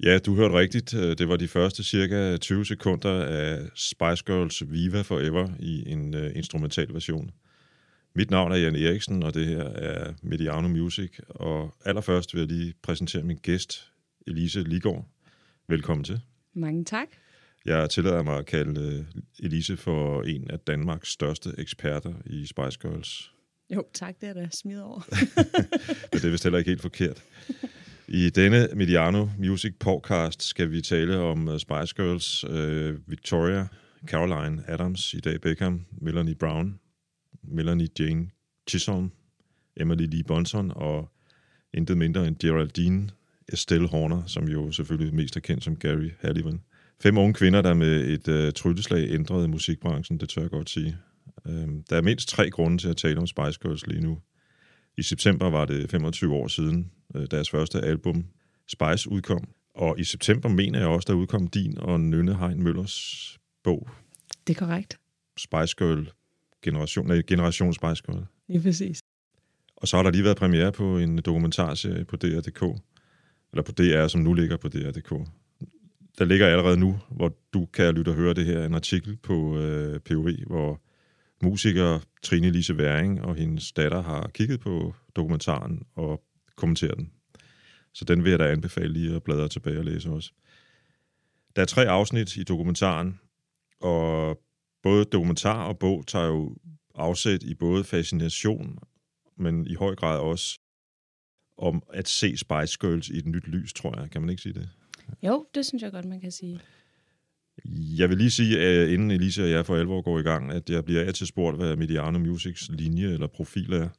Ja, du hørte rigtigt. Det var de første cirka 20 sekunder af Spice Girls Viva Forever i en instrumental version. Mit navn er Jan Eriksen, og det her er Mediano Music. Og allerførst vil jeg lige præsentere min gæst, Elise Liggaard. Velkommen til. Mange tak. Jeg tillader mig at kalde Elise for en af Danmarks største eksperter i Spice Girls. Jo, tak. Det er da smidt over. Det er vist heller ikke helt forkert. I denne Mediano Music podcast skal vi tale om Spice Girls, Victoria, Caroline Adams, i dag Beckham, Melanie Brown, Melanie Jane Chisholm, Emily Lee Bonson og intet mindre end Geraldine Estelle Horner, som jo selvfølgelig mest er kendt som Gary Halliwell. 5 unge kvinder, der med et trylleslag ændrede musikbranchen, det tør jeg godt sige. Der er mindst 3 grunde til at tale om Spice Girls lige nu. I september var det 25 år siden, deres første album Spice udkom. Og i september mener jeg også, der udkom din og Nynne Hein Møllers bog. Det er korrekt. Spice Girl, Generation Spice Girl. Ja, præcis. Og så har der lige været premiere på en dokumentarserie på DR.dk. Eller på DR, som nu ligger på DR.dk. Der ligger allerede nu, hvor du kan lytte og høre det her, en artikel på POV, hvor musiker Trine Lise Væring og hendes datter har kigget på dokumentaren og kommenteret den. Så den vil jeg da anbefale lige at bladre tilbage og læse også. Der er 3 afsnit i dokumentaren, og både dokumentar og bog tager jo afsæt i både fascination, men i høj grad også om at se Spice Girls i et nyt lys, tror jeg. Kan man ikke sige det? Jo, det synes jeg godt, man kan sige. Jeg vil lige sige, at inden Elise og jeg for alvor går i gang, at jeg bliver altid spurgt, hvad Mediano Musics linje eller profil er.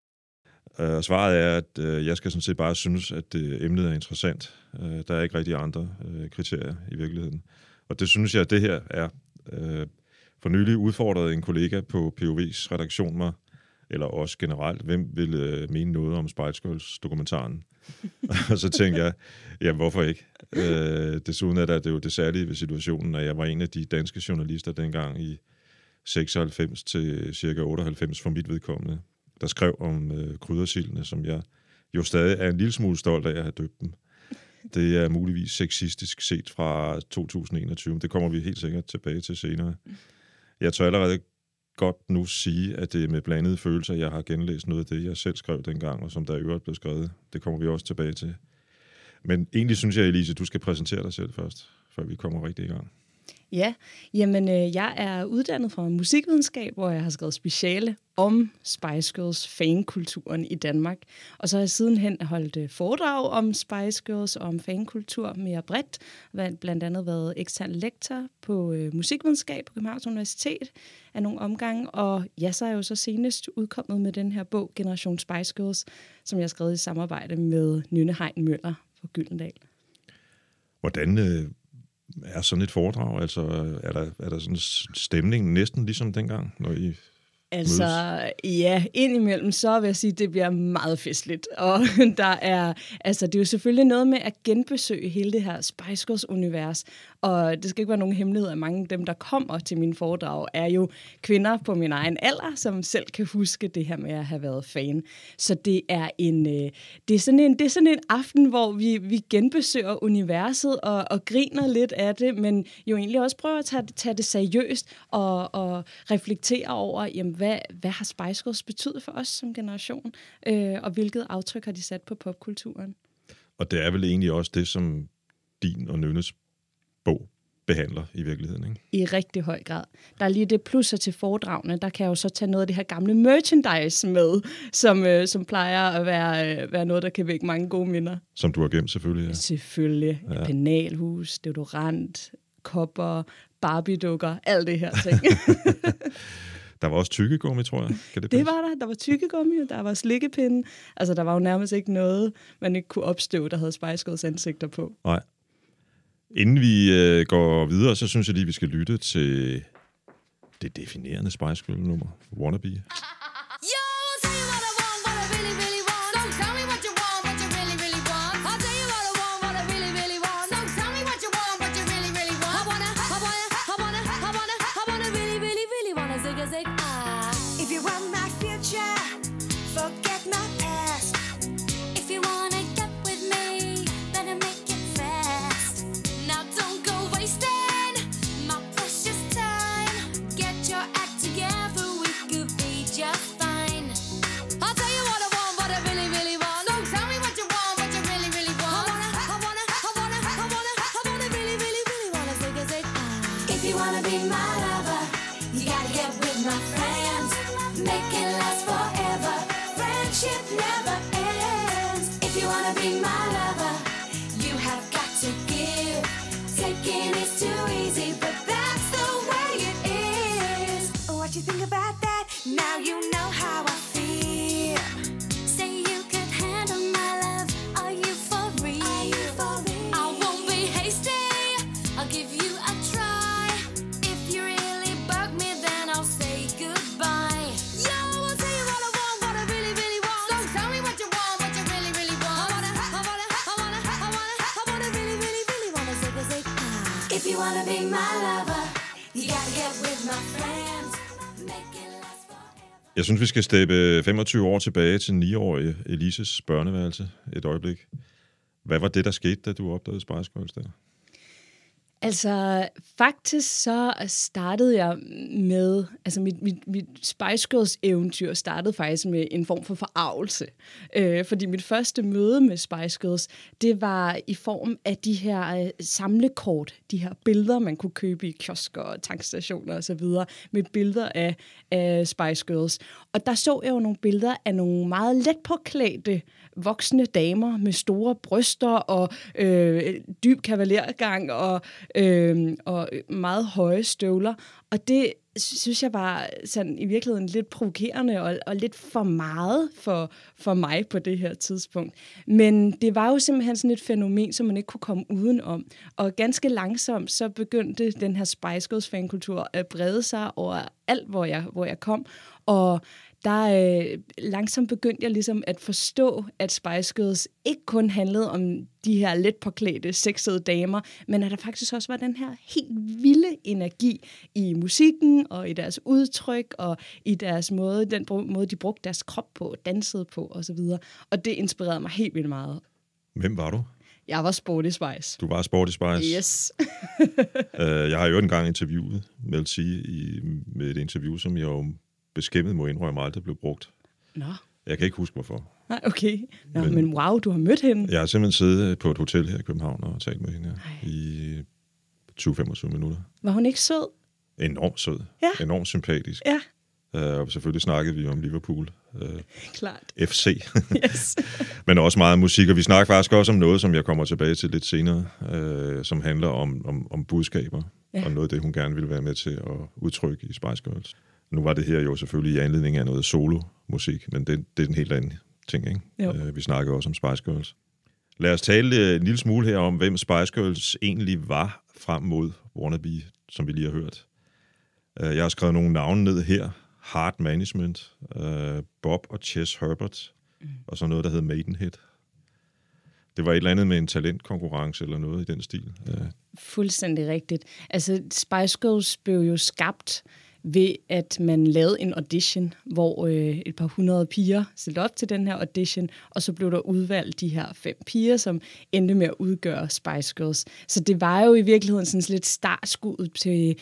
Svaret er, at jeg skal sådan set bare synes, at emnet er interessant. Der er ikke rigtig andre kriterier i virkeligheden. Og det synes jeg, at det her er. For nylig udfordrede en kollega på POV's redaktion mig, eller også generelt, hvem ville mene noget om Spice Girls dokumentaren. Og så tænkte jeg, ja, hvorfor ikke? Desuden er det jo det særlige ved situationen, at jeg var en af de danske journalister dengang i 96 til cirka 98 for mit vedkommende, der skrev om kryddersildene, som jeg jo stadig er en lille smule stolt af at have døbt dem. Det er muligvis sexistisk set fra 2021, men det kommer vi helt sikkert tilbage til senere. Jeg tør allerede godt nu sige, at det er med blandede følelser, jeg har genlæst noget af det, jeg selv skrev dengang, og som der i øvrigt blev skrevet. Det kommer vi også tilbage til. Men egentlig synes jeg, Elise, du skal præsentere dig selv først, før vi kommer rigtig i gang. Ja, jamen jeg er uddannet fra musikvidenskab, hvor jeg har skrevet speciale om Spice Girls fankulturen i Danmark. Og så har jeg sidenhen holdt foredrag om Spice Girls og om fankultur mere bredt. Blandt andet været ekstern lektor på musikvidenskab på Københavns Universitet af nogle omgange. Og ja, så er jeg jo så senest udkommet med den her bog, Generation Spice Girls, som jeg har skrevet i samarbejde med Nynne Hein Møller fra Gyldendal. Hvordan er sådan et foredrag? Altså, er der sådan en stemning næsten ligesom dengang, når I altså, ja, indimellem så vil jeg sige, at det bliver meget festligt. Og det er jo selvfølgelig noget med at genbesøge hele det her Spice Girls-univers. Og det skal ikke være nogen hemmelighed, at mange af dem, der kommer til mine foredrag, er jo kvinder på min egen alder, som selv kan huske det her med at have været fan. Så det er sådan en aften, hvor vi genbesøger universet og griner lidt af det, men jo egentlig også prøver at tage det seriøst og reflektere over, jamen, hvad har Spice Girls betydet for os som generation, og hvilket aftryk har de sat på popkulturen? Og det er vel egentlig også det, som din og Nynnes bog behandler i virkeligheden, ikke? I rigtig høj grad. Der er lige det plusser til foredragene. Der kan jeg jo så tage noget af det her gamle merchandise med, som plejer at være noget, der kan vække mange gode minder. Som du har gemt, selvfølgelig. Ja. Selvfølgelig. Ja. Penalhus, deodorant, kopper, Barbie-dukker, alt det her ting. Der var også tykkegummi, tror jeg. Kan det var der. Der var tykkegummi, der var slikkepinde. Altså, der var jo nærmest ikke noget, man ikke kunne opstøve, der havde Spice Girls ansigter på. Nej. Inden vi går videre, så synes jeg lige, vi skal lytte til det definerende Spice Girl-nummer, Wannabe. If you wanna get with me, better make it fast. my lover, you gotta get with my friends. Make it last forever. Friendship never ends. If you wanna be my lover, you have got to give. Taking is too easy, but that's the way it is. What you think about that? Now you know how I feel. Say you could handle my love. Are you for real? I won't be hasty. I'll give you a try. If you really bug me, then I'll say goodbye. Yo, I'll tell you what I want, what I really, really want. So tell me what you want, what you really, really want. I wanna really, really, really wanna say ah. If you wanna be my lover, you gotta get with my friends. Make it last forever. Jeg synes, vi skal steppe 25 år tilbage til 9-årige Elises børneværelse et øjeblik. Hvad var det, der skete, da du opdagede Spice Girls der? Altså, faktisk så startede jeg med, altså mit Spice Girls eventyr startede faktisk med en form for forarvelse. Fordi mit første møde med Spice Girls, det var i form af de her samlekort, de her billeder, man kunne købe i kiosker og tankstationer osv., med billeder af Spice Girls. Og der så jeg jo nogle billeder af nogle meget let påklædte voksne damer med store bryster og dyb kavalergang og meget høje støvler. Og det synes jeg var sådan i virkeligheden lidt provokerende og lidt for meget for mig på det her tidspunkt. Men det var jo simpelthen sådan et fænomen, som man ikke kunne komme udenom. Og ganske langsomt så begyndte den her Spice Girls fankultur at brede sig over alt, hvor jeg kom. Og der langsomt begyndte jeg ligesom at forstå, at Spice Girls ikke kun handlede om de her let påklædte, sexede damer, men at der faktisk også var den her helt vilde energi i musikken og i deres udtryk og i deres måde, den måde, de brugte deres krop på, dansede på osv. Og det inspirerede mig helt vildt meget. Hvem var du? Jeg var Sporty Spice. Du var Sporty Spice? Yes. Jeg har jo engang interviewet Mel C med et interview, som jeg jo beskæmmet må indrømme aldrig blev brugt. Nå. Jeg kan ikke huske, hvorfor. Nej, okay. Nå, men wow, du har mødt hende. Jeg har simpelthen siddet på et hotel her i København og talt med hende i 20-25 minutter. Var hun ikke sød? Enormt sød. Ja. Enormt sympatisk. Ja. Og selvfølgelig snakkede vi om Liverpool. Klart. FC. Yes. Men også meget musik, og vi snakker faktisk også om noget, som jeg kommer tilbage til lidt senere, som handler om budskaber, og noget af det, hun gerne ville være med til at udtrykke i Spice Girls. Nu var det her jo selvfølgelig i anledning af noget solo-musik, men det er en helt anden ting, ikke? Vi snakker også om Spice Girls. Lad os tale en lille smule her om, hvem Spice Girls egentlig var frem mod Wannabe, som vi lige har hørt. Jeg har skrevet nogle navne ned her. Heart Management, Bob og Chess Herbert, og så noget, der hed Maidenhead. Det var et eller andet med en talentkonkurrence eller noget i den stil. Fuldstændig rigtigt. Altså, Spice Girls blev jo skabt ved, at man lavede en audition, hvor et par hundrede piger stillede op til den her audition, og så blev der udvalgt de her 5 piger, som endte med at udgøre Spice Girls. Så det var jo i virkeligheden sådan lidt startskud til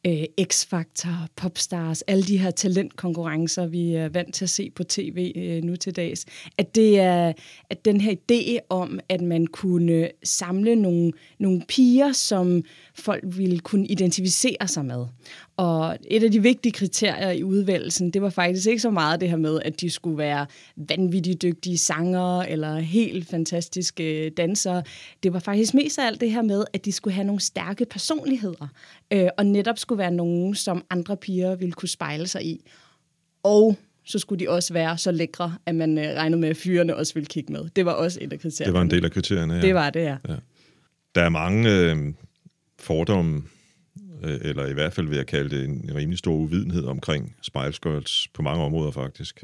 X-Factor, Popstars, alle de her talentkonkurrencer, vi er vant til at se på tv nu til dags. At den her idé om, at man kunne samle nogle piger, som folk ville kunne identificere sig med. Og et af de vigtige kriterier i udvælgelsen, det var faktisk ikke så meget det her med, at de skulle være vanvittigt dygtige sangere eller helt fantastiske dansere. Det var faktisk mest af alt det her med, at de skulle have nogle stærke personligheder, og netop skulle være nogen, som andre piger ville kunne spejle sig i. Og så skulle de også være så lækre, at man regnede med, at fyrene også ville kigge med. Det var også et af kriterierne. Det var en del af kriterierne, ja. Det var det, ja. Der er mange fordomme, eller i hvert fald vil jeg kalde det en rimelig stor uvidenhed omkring Spice Girls på mange områder faktisk.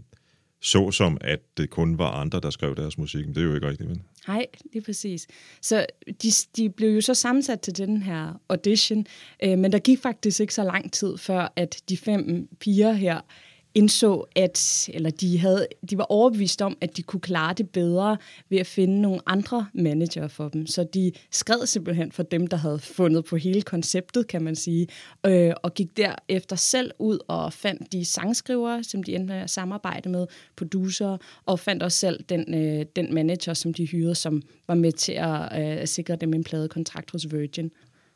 Såsom at det kun var andre, der skrev deres musik. Men det er jo ikke rigtigt, vel? Nej, det er præcis. Så de blev jo så sammensat til den her audition, men der gik faktisk ikke så lang tid før, at de 5 piger her indså, de var overbevist om, at de kunne klare det bedre ved at finde nogle andre manager for dem. Så de skred simpelthen for dem, der havde fundet på hele konceptet, kan man sige, og gik derefter selv ud og fandt de sangskrivere, som de endte med at samarbejde med, producer, og fandt også selv den manager, som de hyrede, som var med til at sikre dem en pladekontrakt hos Virgin.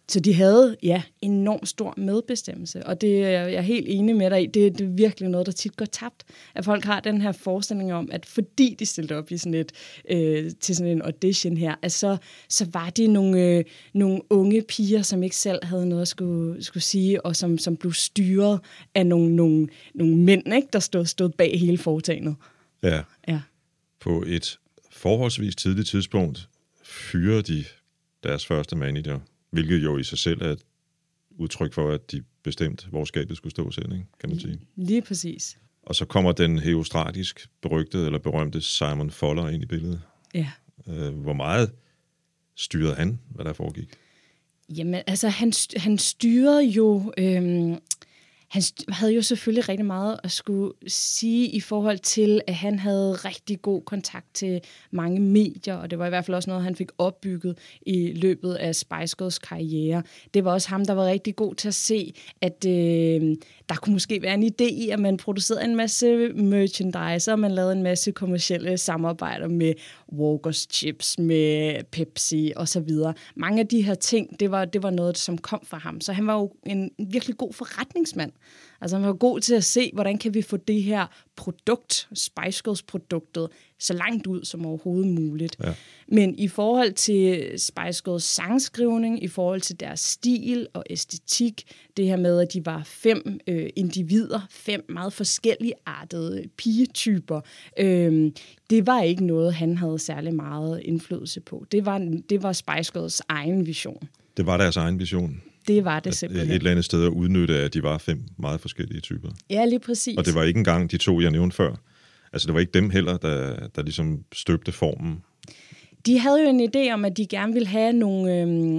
Så de havde, enormt stor medbestemmelse, og det er jeg helt enig med dig i. Det er virkelig noget, der tit går tabt, at folk har den her forestilling om, at fordi de stillede op i sådan til sådan en audition her, at så var de nogle unge piger, som ikke selv havde noget at skulle sige, og som blev styret af nogle mænd, ikke, der stod bag hele foretagendet. Ja. Ja. På et forholdsvis tidligt tidspunkt fyrer de deres første manager, hvilket jo i sig selv er et udtryk for, at de bestemt, hvor skabet skulle stå selv, ikke? Kan man sige. Lige præcis. Og så kommer den herostratisk berygtede eller berømte Simon Fuller ind i billedet. Ja. Hvor meget styrede han, hvad der foregik? Jamen, altså, han styrede jo... Han havde jo selvfølgelig rigtig meget at skulle sige i forhold til, at han havde rigtig god kontakt til mange medier, og det var i hvert fald også noget, han fik opbygget i løbet af Spice Girls karriere. Det var også ham, der var rigtig god til at se, at der kunne måske være en idé i, at man producerede en masse merchandise, og man lavede en masse kommercielle samarbejder med Walkers Chips, med Pepsi osv. Mange af de her ting, det var noget, som kom fra ham. Så han var jo en virkelig god forretningsmand. Altså han var god til at se, hvordan kan vi få det her produkt, Spice Girls-produktet, så langt ud som overhovedet muligt. Ja. Men i forhold til Spice Girls sangskrivning, i forhold til deres stil og æstetik, det her med, at de var 5 individer, 5 meget forskellige artede pigetyper, det var ikke noget, han havde særlig meget indflydelse på. Det var Spice Girls egen vision. Det var deres egen vision. Det var det simpelthen. Et eller andet sted at udnytte, at de var 5 meget forskellige typer. Ja, lige præcis. Og det var ikke engang de 2, jeg nævnte før. Altså, det var ikke dem heller, der ligesom støbte formen. De havde jo en idé om, at de gerne ville have nogle,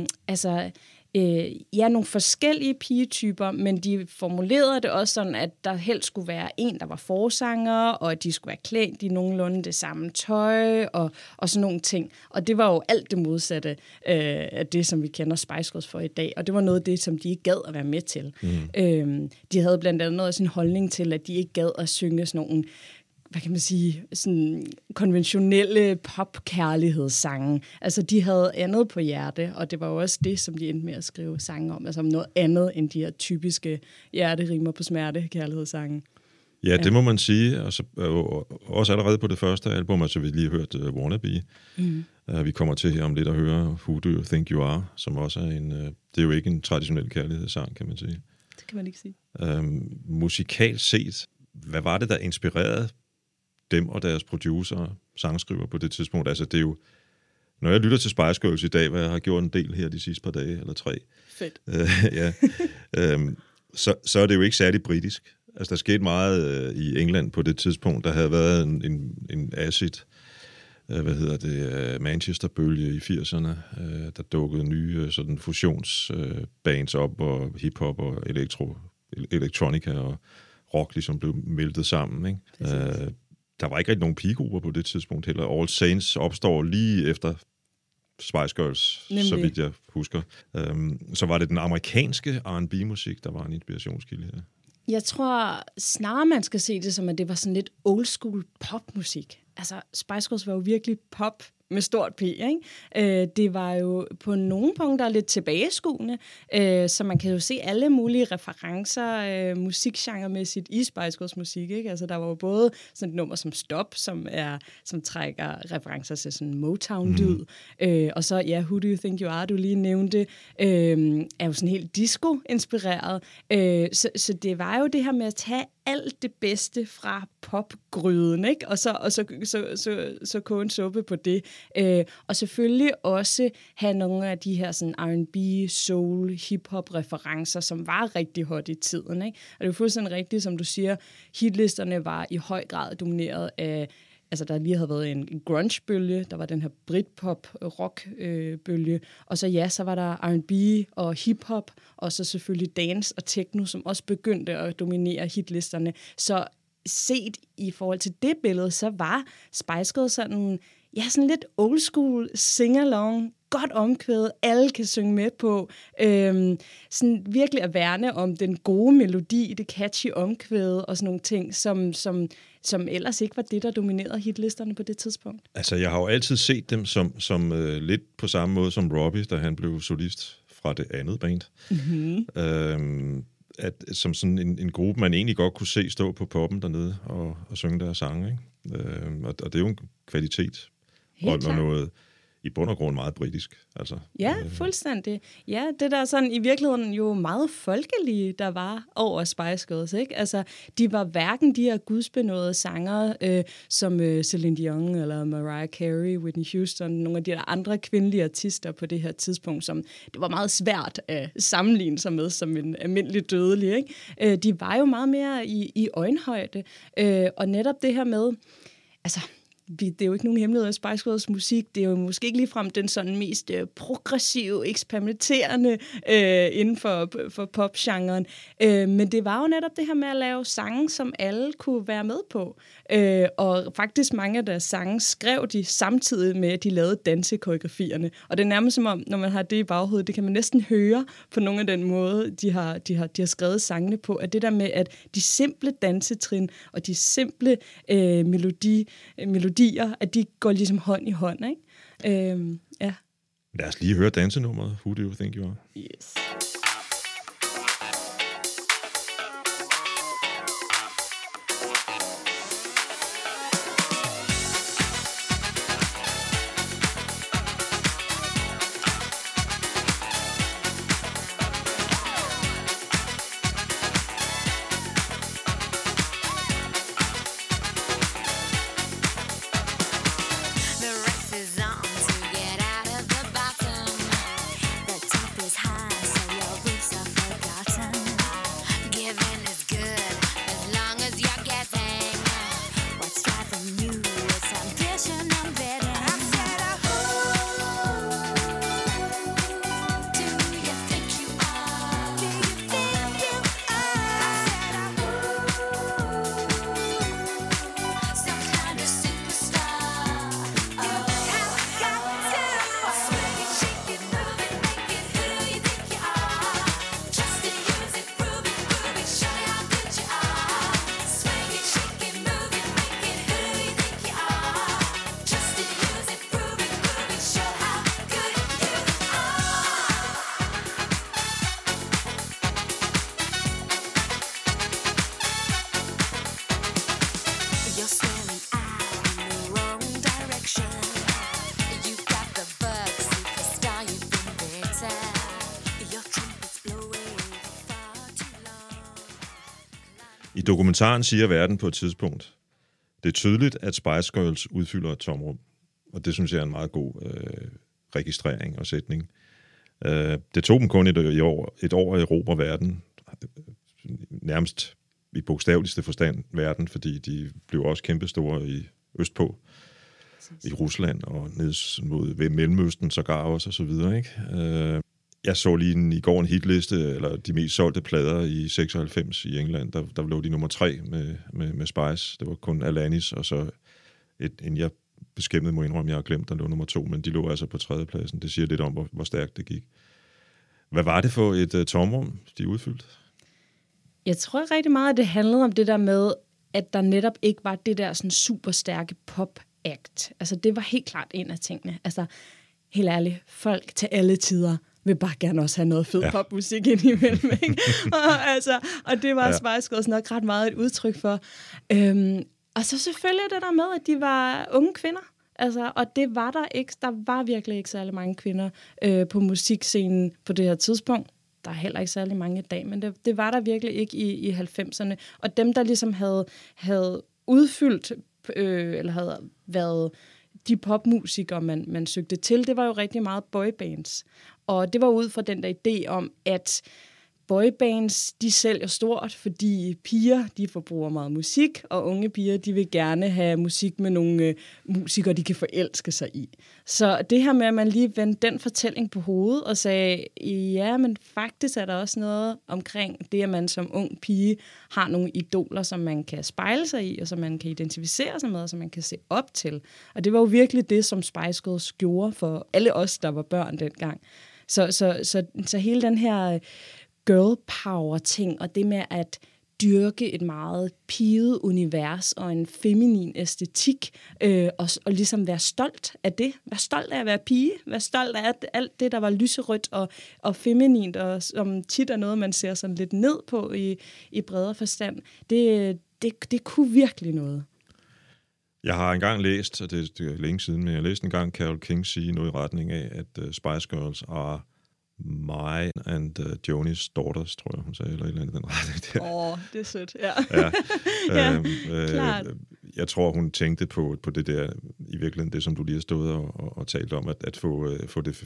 nogle forskellige pigetyper, men de formulerede det også sådan, at der helst skulle være en, der var forsanger, og at de skulle være klædt i nogenlunde det samme tøj, og sådan nogle ting. Og det var jo alt det modsatte af det, som vi kender Spice Girls for i dag, og det var noget af det, som de ikke gad at være med til. De havde blandt andet noget af sin holdning til, at de ikke gad at synge sådan nogle, hvad kan man sige, sådan konventionelle pop-kærlighedssange. Altså, de havde andet på hjerte, og det var jo også det, som de endte med at skrive sange om, altså om noget andet end de her typiske hjerterimer på smerte kærlighedssange. Ja, det må man sige. Og så, også allerede på det første album, altså vi lige hørt Wannabe. Vi kommer til her om lidt at høre Who Do You Think You Are, som også er det er jo ikke en traditionel kærlighedssang, kan man sige. Det kan man ikke sige. Musikalt set, hvad var det, der inspirerede dem og deres producer, sangskriver på det tidspunkt? Altså det er jo, når jeg lytter til Spice Girls i dag, hvad jeg har gjort en del her de sidste par dage, eller 3. Fedt. Så er det jo ikke særlig britisk. Altså der skete meget i England på det tidspunkt. Der havde været en acid, Manchester-bølge i 80'erne. Der dukkede nye sådan fusionsbands op, og hiphop og elektronika og rock ligesom blev meldet sammen, ikke? Der var ikke rigtig nogen pigegrupper på det tidspunkt heller. All Saints opstår lige efter Spice Girls, så vidt jeg husker. Så var det den amerikanske R&B-musik, der var en inspirationskilde her. Jeg tror snarere, man skal se det som, at det var sådan lidt old school popmusik. Altså, Spice Girls var jo virkelig pop med stort P, ikke? Det var jo på nogle punkter lidt tilbageskuende, så man kan jo se alle mulige referencer musikgenremæssigt i Spice Girls musik, ikke? Altså, der var jo både sådan et nummer som Stop, som trækker referencer til sådan Motown-lyd, og så, Who Do You Think You Are, du lige nævnte, er jo sådan helt disco-inspireret. Så det var jo det her med at tage alt det bedste fra popgryden, ikke? Og så koge en suppe på det. Og selvfølgelig også have nogle af de her sådan R&B, soul, hip-hop referencer, som var rigtig hot i tiden, ikke? Og det er jo fuldstændig rigtigt, som du siger, hitlisterne var i høj grad domineret af, altså der lige havde været en grunge-bølge, der var den her Britpop-rock-bølge, og så var der R&B og hip-hop, og så selvfølgelig dance og techno, som også begyndte at dominere hitlisterne. Så set i forhold til det billede, så var Spice Girls sådan lidt old school, sing-along, godt omkvædet, alle kan synge med på. Sådan virkelig at værne om den gode melodi, det catchy omkvædet og sådan nogle ting, som ellers ikke var det, der dominerede hitlisterne på det tidspunkt. Altså, jeg har jo altid set dem som lidt på samme måde som Robbie, da han blev solist fra det andet band. At som sådan en gruppe, man egentlig godt kunne se stå på poppen dernede og synge deres sange. Ikke? Og det er jo en kvalitet. Og noget i bund og grund meget britisk. Altså, ja, fuldstændig. Ja, det der sådan i virkeligheden jo meget folkelige, der var over Spice Girls, ikke? Altså, de var hverken de her gudsbenåede sangere, som Celine Dion eller Mariah Carey, Whitney Houston, nogle af de der andre kvindelige artister på det her tidspunkt, som det var meget svært at sammenligne sig med som en almindelig dødelig, ikke? De var jo meget mere i øjenhøjde, og netop det her med, altså, det er jo ikke nogen hemmelighed af Spice Girls musik. Det er jo måske ikke ligefrem den sådan mest progressive, eksperimenterende inden for popgenren. Men det var jo netop det her med at lave sange, som alle kunne være med på. Og faktisk mange af deres sange skrev de samtidig med, at de lavede dansekoreografierne. Og det er nærmest som om, når man har det i baghovedet, det kan man næsten høre på nogle af den måde, de har skrevet sangene på. At det der med, at de simple dansetrin og de simple melodier, at de går ligesom hånd i hånd, ikke? Ja. Lad os lige høre dansenummeret. Who Do You Think You Are? Yes. I dokumentaren siger verden på et tidspunkt, det er tydeligt, at Spice Girls udfylder et tomrum. Og det synes jeg er en meget god registrering og sætning. Det tog dem kun et år at erobre verden, nærmest i bogstaveligste forstand verden, fordi de blev også kæmpestore i østpå, i Rusland og ned mod ved Mellemøsten, sågar også og så videre, ikke? Jeg så lige i går en hitliste, eller de mest solgte plader i 96 i England. Der lå de nummer 3 med Spice. Det var kun Alanis, og så jeg beskæmmet må indrømme, jeg har glemt, der lå nummer 2, men de lå altså på 3. pladsen. Det siger lidt om, hvor stærkt det gik. Hvad var det for et tomrum, de udfyldte? Jeg tror rigtig meget, at det handlede om det der med, at der netop ikke var det der sådan super stærke pop-act. Altså, det var helt klart en af tingene. Altså, helt ærligt, folk til alle tider vil bare gerne også have noget fed popmusik ind imellem, ikke? og det var Spice Girls nok ret meget et udtryk for. Og så selvfølgelig det der med, at de var unge kvinder. Altså, og det var der ikke. Der var virkelig ikke særlig mange kvinder på musikscenen på det her tidspunkt. Der er heller ikke særlig mange i dag, men det var der virkelig ikke i 90'erne. Og dem, der ligesom havde udfyldt, eller havde været de popmusikere, man søgte til, det var jo rigtig meget boybands. Og det var ud fra den der idé om, at boybands, de sælger stort, fordi piger, de forbruger meget musik, og unge piger, de vil gerne have musik med nogle musikere, de kan forelske sig i. Så det her med, at man lige vendte den fortælling på hovedet og sagde, ja, men faktisk er der også noget omkring det, at man som ung pige har nogle idoler, som man kan spejle sig i, og som man kan identificere sig med, og som man kan se op til. Og det var jo virkelig det, som Spice Girls gjorde for alle os, der var børn dengang. Så hele den her girl power ting, og det med, at dyrke et meget piget univers og en feminin æstetik, og ligesom være stolt af det. Være stolt af at være pige. Være stolt af alt det, der var lyserødt og feminint, og som tit er noget, man ser sådan lidt ned på i bredere forstand. Det kunne virkelig noget. Jeg har engang læst, og det er længe siden, men jeg læste engang Carole King sige noget i retning af, at Spice Girls are my and Joni's daughters, tror jeg, hun sagde, eller et eller andet den retning der. Det er sødt, ja. Ja, klart. Jeg tror, hun tænkte på det der, i virkeligheden det, som du lige har stået og talt om, at få det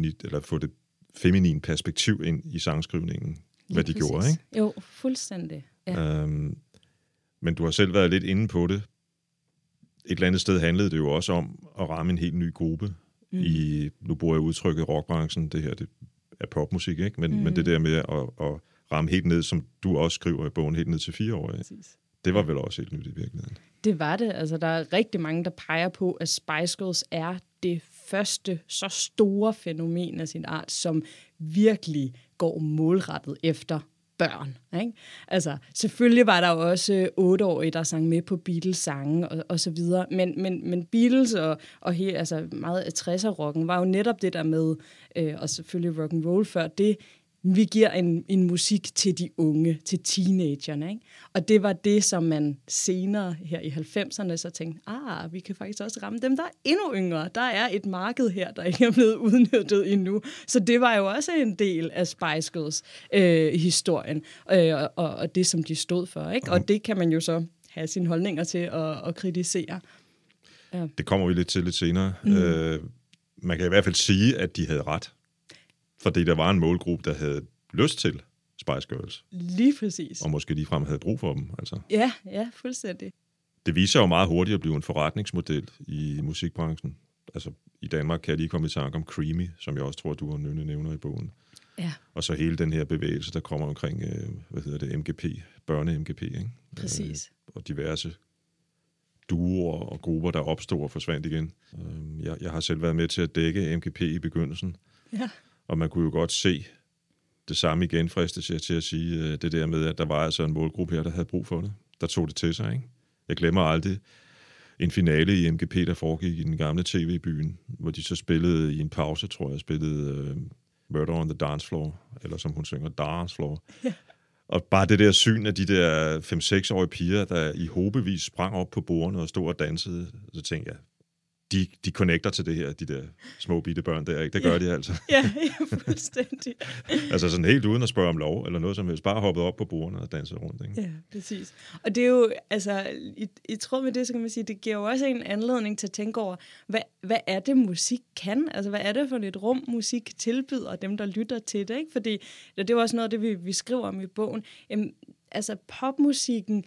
feminin perspektiv ind i sangskrivningen, hvad de gjorde, ikke? Jo, fuldstændig. Ja. Men du har selv været lidt inde på det. Et eller andet sted handlede det jo også om at ramme en helt ny gruppe. Nu bruger jeg udtrykket rockbranchen, det her det er popmusik, ikke? Men det der med at ramme helt ned, som du også skriver i bogen, helt ned til 4-årige. Præcis. Det var vel også helt nyt i virkeligheden. Det var det. Altså, der er rigtig mange, der peger på, at Spice Girls er det første så store fænomen af sin art, som virkelig går målrettet efter børn. Ikke? Altså, selvfølgelig var der jo også 8-årige, der sang med på Beatles-sange og så videre, men Beatles og altså meget af 60'er-rocken var jo netop det der med, og selvfølgelig rock and roll før det, vi giver en musik til de unge, til teenagerne. Ikke? Og det var det, som man senere her i 90'erne så tænkte, vi kan faktisk også ramme dem, der er endnu yngre. Der er et marked her, der ikke er blevet udnyttet endnu. Så det var jo også en del af Spice Girls historien, og det, som de stod for. Ikke? Og det kan man jo så have sine holdninger til at kritisere. Ja. Det kommer vi lidt til lidt senere. Man kan i hvert fald sige, at de havde ret. Fordi der var en målgruppe, der havde lyst til Spice Girls. Lige præcis. Og måske ligefrem havde brug for dem. Altså. Ja, fuldstændig. Det viser jo meget hurtigt at blive en forretningsmodel i musikbranchen. Altså i Danmark kan jeg lige komme i tanke om Creamy, som jeg også tror, du og Nynne nævner i bogen. Ja. Og så hele den her bevægelse, der kommer omkring, MGP, børne-MGP, ikke? Præcis. Og diverse duoer og grupper, der opstod og forsvandt igen. Jeg har selv været med til at dække MGP i begyndelsen. Ja. Og man kunne jo godt se det samme igen, fristes jeg til at sige, det der med, at der var altså en målgruppe her, der havde brug for det. Der tog det til sig, ikke? Jeg glemmer aldrig en finale i MGP, der foregik i den gamle tv-byen, hvor de så spillede i en pause, tror jeg, spillede Murder on the Dance Floor, eller som hun synger, Dance Floor. Ja. Og bare det der syn af de der 5-6-årige piger, der i hobevis sprang op på bordene og stod og dansede, så tænkte jeg, de connecter til det her, de der små bitte børn der, ikke? Det gør de altså. Ja, fuldstændig. Altså sådan helt uden at spørge om lov, eller noget som helst, bare hoppet op på bordene og danset rundt, ikke? Ja, præcis. Og det er jo, altså, i tråd med det, så kan man sige, det giver jo også en anledning til at tænke over, hvad er det, musik kan? Altså, hvad er det for et rum, musik tilbyder dem, der lytter til det, ikke? Fordi det er jo også noget af det, vi skriver om i bogen. Altså popmusikken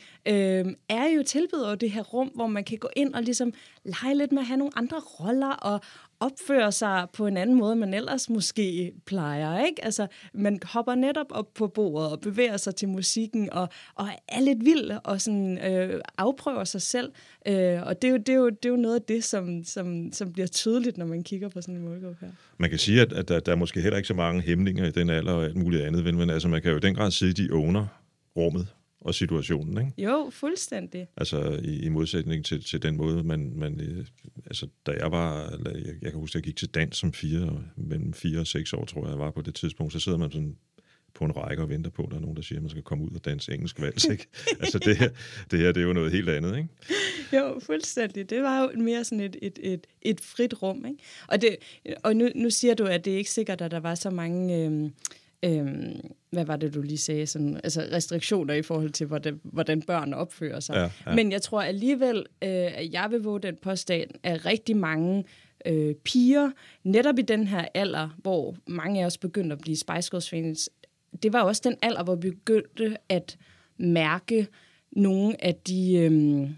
er jo tilbyder det her rum, hvor man kan gå ind og ligesom lege lidt med at have nogle andre roller og opføre sig på en anden måde, man ellers måske plejer, ikke? Altså, man hopper netop op på bordet og bevæger sig til musikken og er lidt vild og sådan afprøver sig selv. Og det er jo noget af det, som bliver tydeligt, når man kigger på sådan en målgruppe her. Man kan sige, at der er måske heller ikke så mange hæmninger i den alder og alt muligt andet, men altså, man kan jo i den grad sige, at de owner rummet og situationen, ikke? Jo, fuldstændig. Altså i modsætning til den måde, man altså da jeg var, jeg kan huske, at jeg gik til dans som mellem 4 og 6 år, tror jeg var på det tidspunkt, så sidder man sådan på en række og venter på, at der er nogen, der siger, at man skal komme ud og danse engelsk vals, ikke? Altså det her, det er jo noget helt andet, ikke? Jo, fuldstændig. Det var jo mere sådan et frit rum, ikke? Og nu siger du, at det er ikke sikkert, at der var så mange hvad var det, du lige sagde? Sådan, altså restriktioner i forhold til, hvordan børn opfører sig. Ja. Men jeg tror alligevel, at jeg vil våge den påstand, at rigtig mange piger, netop i den her alder, hvor mange af os begyndte at blive Spice Girls fans, det var også den alder, hvor vi begyndte at mærke nogle af de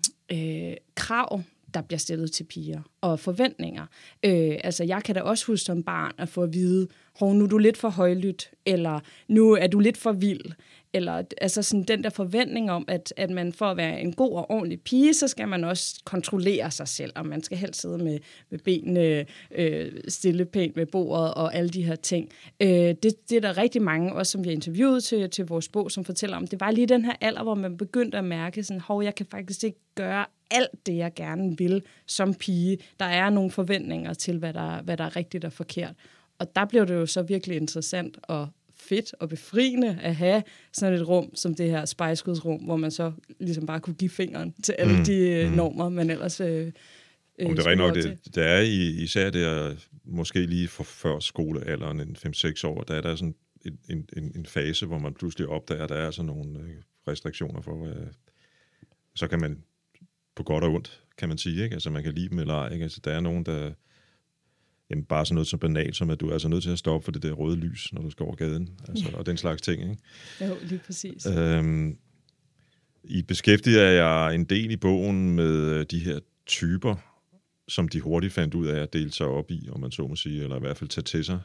krav, der bliver stillet til piger, og forventninger. Altså, jeg kan da også huske som barn at få at vide, nu er du lidt for højlydt, eller nu er du lidt for vild, eller altså sådan den der forventning om, at man for at være en god og ordentlig pige, så skal man også kontrollere sig selv, og man skal helst sidde med benene stille pænt ved bordet og alle de her ting. Det er der rigtig mange, også som vi har interviewet til vores bog, som fortæller om, det var lige den her alder, hvor man begyndte at mærke sådan, jeg kan faktisk ikke gøre alt det, jeg gerne vil som pige. Der er nogle forventninger til, hvad der er rigtigt og forkert. Og der blev det jo så virkelig interessant og fedt og befriende at have sådan et rum som det her Spice Girls rum, hvor man så ligesom bare kunne give fingeren til alle de normer, man ellers det er nok det er især der måske lige før skolealderen, en 5-6 år, der er der sådan en fase, hvor man pludselig opdager, at der er sådan nogle restriktioner for, så kan man på godt og ondt, kan man sige, ikke? Altså man kan lide dem eller ej, ikke? Altså der er nogen, der jamen, bare sådan noget så banalt, som at du er altså nødt til at stoppe for det der røde lys, når du skal over gaden, altså, og den slags ting, ikke? Jo, lige præcis. I beskæftiger jeg en del i bogen med de her typer, som de hurtigt fandt ud af at dele sig op i, om man så må sige, eller i hvert fald tage til sig.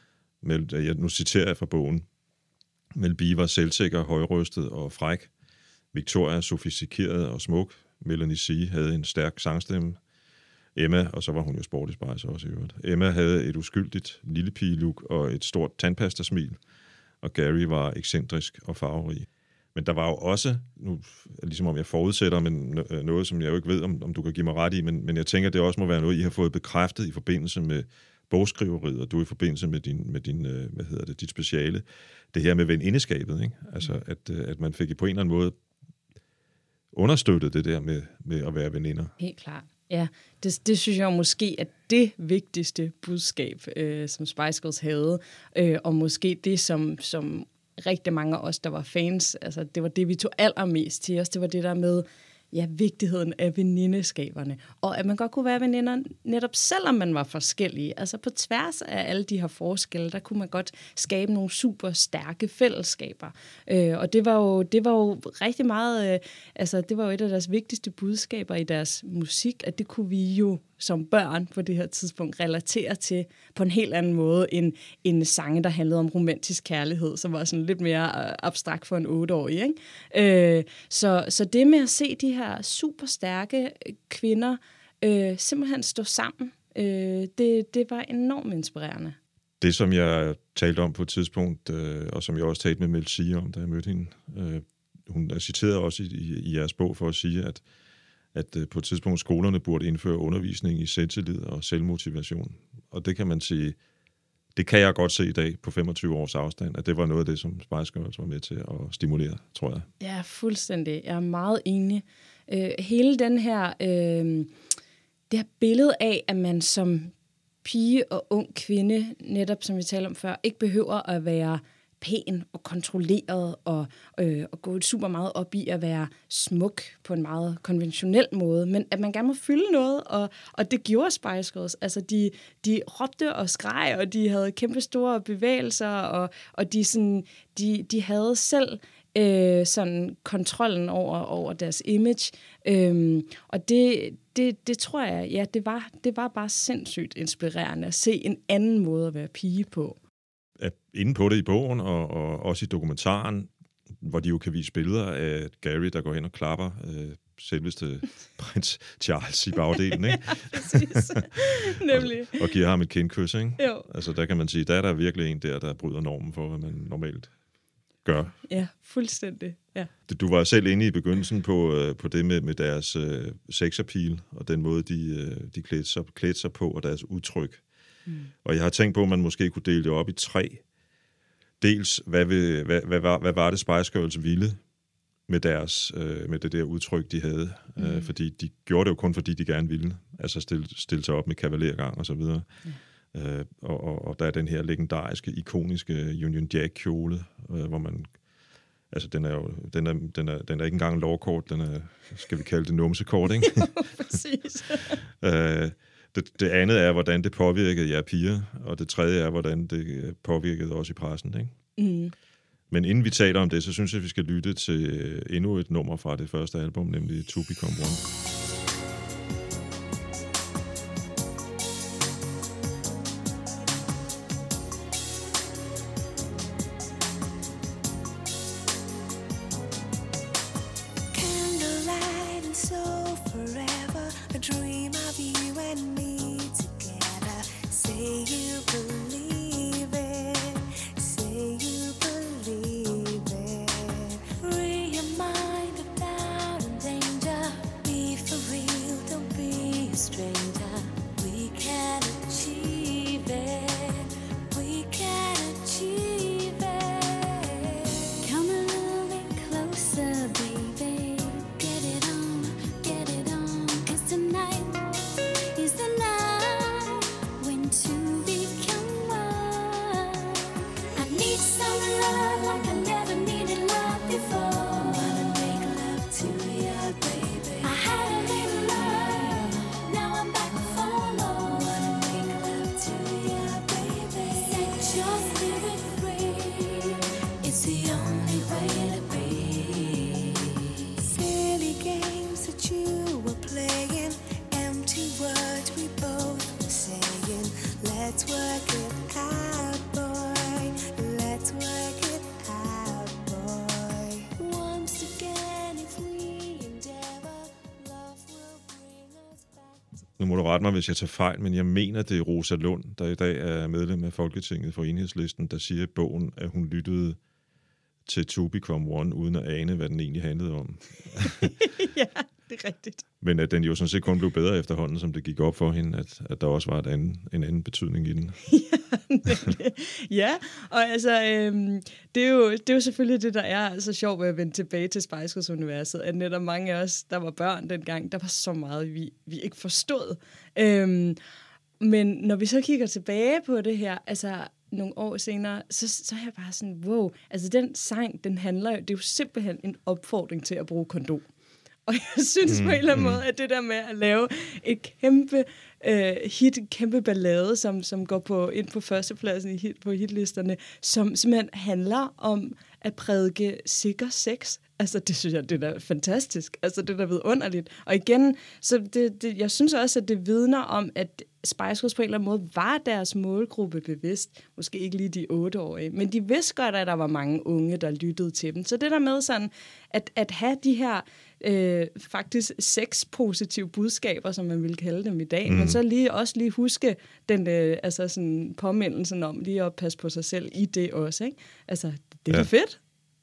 Nu citerer jeg fra bogen. Mel B var selvsikker, højrøstet og fræk. Victoria sofistikeret og smuk. Melanie C. havde en stærk sangstemme. Emma, og så var hun jo sporty spice også i øvrigt. Emma havde et uskyldigt lillepige-look og et stort tandpastasmil, og Gary var ekscentrisk og farverig. Men der var jo også, nu ligesom om jeg forudsætter, men noget, som jeg jo ikke ved, om du kan give mig ret i, men jeg tænker, det også må være noget, I har fået bekræftet i forbindelse med bogskriveriet, og du i forbindelse med din dit speciale, det her med venindeskabet, ikke? Altså, at man fik på en eller anden måde understøttet det der med at være veninder. Helt klart. Ja, det synes jeg måske er det vigtigste budskab, som Spice Girls havde, og måske det, som rigtig mange af os, der var fans, altså det var det, vi tog allermest til os, det var det der med, vigtigheden af venindeskaberne, og at man godt kunne være veninder netop selvom man var forskellige, altså på tværs af alle de her forskelle, der kunne man godt skabe nogle super stærke fællesskaber, og det var jo rigtig meget, det var jo et af deres vigtigste budskaber i deres musik, at det kunne vi jo som børn på det her tidspunkt relatere til på en helt anden måde end sange, der handlede om romantisk kærlighed, som var sådan lidt mere abstrakt for en 8-årig, ikke? Så det med at se de her super stærke kvinder simpelthen stå sammen, det var enormt inspirerende. Det, som jeg talte om på et tidspunkt, og som jeg også talte med Mel C om, da jeg mødte hende, hun er citeret også i jeres bog for at sige, at på et tidspunkt skolerne burde indføre undervisning i selvtillid og selvmotivation. Og det kan man sige, det kan jeg godt se i dag på 25 års afstand, at det var noget af det, som Spice Girls var med til at stimulere, tror jeg. Ja, fuldstændig. Jeg er meget enig. Hele den her, det her billede af, at man som pige og ung kvinde, netop som vi talte om før, ikke behøver at være pæn og kontrolleret og gå super meget op i at være smuk på en meget konventionel måde, men at man gerne må fylde noget, og det gjorde Spice Girls. Altså, de råbte og skreg, og de havde kæmpe store bevægelser, og de havde selv sådan kontrollen over deres image. Og det tror jeg, det var bare sindssygt inspirerende at se en anden måde at være pige på. Inde på det i bogen, og også i dokumentaren, hvor de jo kan vise billeder af Gary, der går hen og klapper selveste prins Charles i bagdelen, ikke? Præcis. Nemlig. Og giver ham et kindkys, ikke? Jo. Altså, der kan man sige, der virkelig en der bryder normen for, hvad man normalt gør. Ja, fuldstændig. Ja. Du var selv inde i begyndelsen på det med deres sexappeal, og den måde, de klædte sig på, og deres udtryk. Og jeg har tænkt på, at man måske kunne dele det op i 3. Dels, hvad var det Spice Girls ville med det der udtryk, de havde? Fordi de gjorde det jo kun, fordi de gerne ville. Altså stille sig op med kavalergang og så videre. Og der er den her legendariske, ikoniske Union Jack-kjole, hvor man... Altså, den er ikke engang lovkort, den er, skal vi kalde det, numsekort, ikke? Præcis. Det andet er, hvordan det påvirkede jer piger, og det tredje er, hvordan det påvirkede os i pressen, ikke? Men inden vi taler om det, så synes jeg, at vi skal lytte til endnu et nummer fra det første album, nemlig To Become One. nu må du rette mig, hvis jeg tager fejl, men jeg mener, det er Rosa Lund, der i dag er medlem af Folketinget for Enhedslisten, der siger i bogen, at hun lyttede til To Become One, uden at ane, hvad den egentlig handlede om. Ja, det er rigtigt. Men at den jo sådan set kun blev bedre efterhånden, som det gik op for hende, at der også var en anden betydning i den. Ja, og altså, det er jo selvfølgelig det, der er så sjovt ved at vende tilbage til Spice Girls-universet, at netop mange af os, der var børn dengang, der var så meget, vi ikke forstod. Men når vi så kigger tilbage på det her, altså nogle år senere, så er jeg bare sådan, wow, altså den sang, den handler jo, det er jo simpelthen en opfordring til at bruge kondom. Og jeg synes på en eller anden måde, at det der med at lave et kæmpe hit, en kæmpe ballade, som går ind på førstepladsen på hitlisterne, som simpelthen handler om at prædike sikker sex. Altså, det synes jeg, det er fantastisk. Altså, det er da vidunderligt. Og igen, så jeg synes også, at det vidner om, at Spice Girls på en eller anden måde var deres målgruppe bevidst. Måske ikke lige de 8-årige, men de vidste godt, at der var mange unge, der lyttede til dem. Så det der med sådan, at have de her faktisk sexpositive budskaber, som man ville kalde dem i dag, men så lige huske den altså sådan påmindelsen om lige at passe på sig selv i det også, ikke? Altså, det er fedt.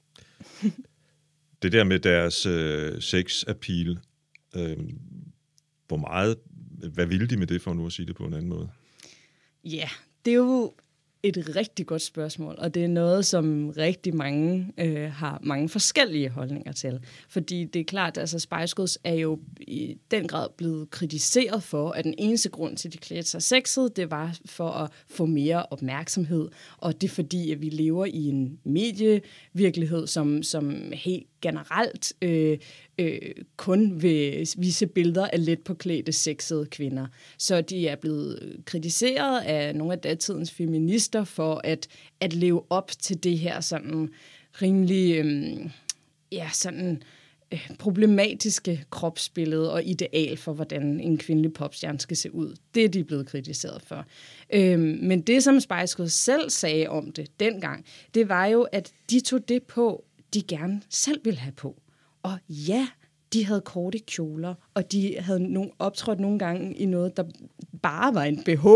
Det der med deres sex-appeal, hvad ville de med det, for nu at sige det på en anden måde? Ja, det er jo et rigtig godt spørgsmål, og det er noget, som rigtig mange har mange forskellige holdninger til. Fordi det er klart, at altså Spice Girls er jo i den grad blevet kritiseret for, at den eneste grund til, at de klædte sig sexet, det var for at få mere opmærksomhed. Og det er fordi, at vi lever i en medievirkelighed, som helt generelt kun vil vise billeder af let påklædte sexede kvinder. Så de er blevet kritiseret af nogle af datidens feminister for at leve op til det her sådan rimelig problematiske kropsbillede og ideal for, hvordan en kvindelig popstjerne skal se ud. Det er de blevet kritiseret for. Men det, som Spice Girls selv sagde om det dengang, det var jo, at de tog det på, de gerne selv ville have på. Og ja, de havde korte kjoler, og de havde optrådt nogle gange i noget, der bare var en BH.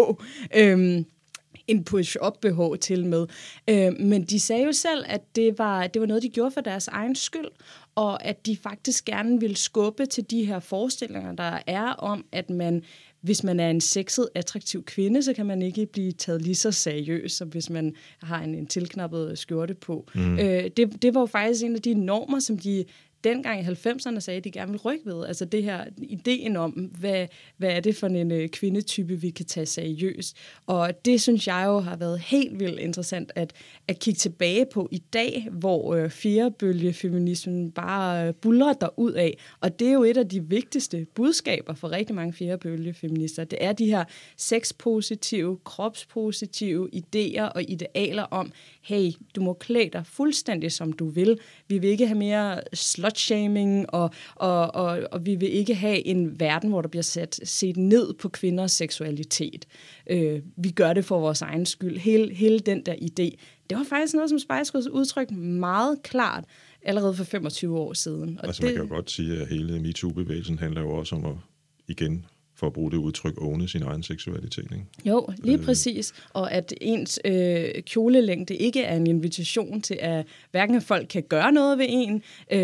En push-up BH til med. Men de sagde jo selv, at det var noget, de gjorde for deres egen skyld, og at de faktisk gerne ville skubbe til de her forestillinger, der er om, at hvis man er en sexet, attraktiv kvinde, så kan man ikke blive taget lige så seriøst, som hvis man har en tilknappet skjorte på. Det var jo faktisk en af de normer, som de dengang i 90'erne sagde, at de gerne ville rykke ved. Altså det her ideen om, hvad er det for en kvindetype, vi kan tage seriøst. Og det synes jeg jo har været helt vildt interessant at kigge tilbage på i dag, hvor fjerdebølgefeminismen bare buldrer derud af. Og det er jo et af de vigtigste budskaber for rigtig mange fjerdebølgefeminister. Det er de her sexpositive, kropspositive idéer og idealer om, hey, du må klæde dig fuldstændig som du vil. Vi vil ikke have mere slutshaming, og vi vil ikke have en verden, hvor der bliver set ned på kvinders seksualitet. Vi gør det for vores egen skyld. Hele den der idé. Det var faktisk noget, som Spice Girls udtrykte meget klart allerede for 25 år siden. Og man kan jo godt sige, at hele MeToo-bevægelsen handler jo også om at, igen, for at bruge det udtryk, åbne sin egen seksualitet, ikke? Jo, lige præcis. Og at ens kjolelængde ikke er en invitation til, at hverken folk kan gøre noget ved en,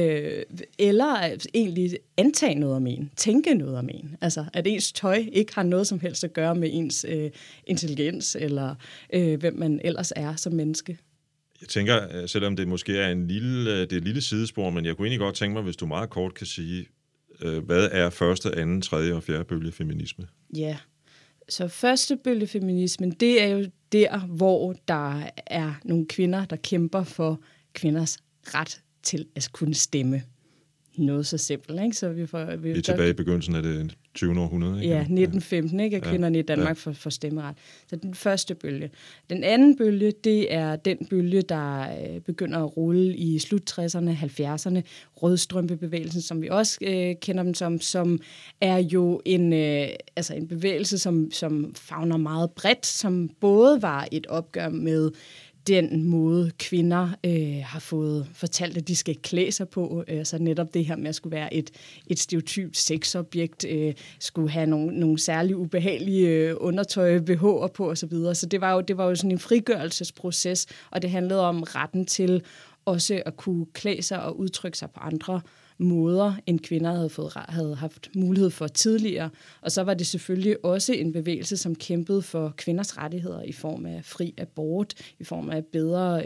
eller egentlig antage noget om en, tænke noget om en. Altså, at ens tøj ikke har noget som helst at gøre med ens intelligens, eller hvem man ellers er som menneske. Jeg tænker, selvom det måske er et lille sidespor, men jeg kunne egentlig godt tænke mig, hvis du meget kort kan sige, hvad er første, anden, tredje og fjerde bølge feminisme? Ja, så første bølge feminismen, det er jo der, hvor der er nogle kvinder, der kæmper for kvinders ret til at kunne stemme. Noget så simpelt, ikke? Så vi er tilbage i begyndelsen af det 20. århundrede, ikke? Ja, 1915, ikke? At kvinderne i Danmark får stemmeret. Så den første bølge. Den anden bølge, det er den bølge, der begynder at rulle i slut 60'erne, 70'erne. Rødstrømpebevægelsen, som vi også kender dem som er jo en bevægelse, som favner meget bredt, som både var et opgør med den måde, kvinder har fået fortalt, at de skal klæde sig på. Så netop det her med at skulle være et stereotypt sexobjekt, skulle have nogle særlige ubehagelige undertøj, BH'er på osv. Så det var jo sådan en frigørelsesproces, og det handlede om retten til også at kunne klæde sig og udtrykke sig på andre måder, end kvinder havde haft mulighed for tidligere. Og så var det selvfølgelig også en bevægelse, som kæmpede for kvinders rettigheder i form af fri abort, i form af bedre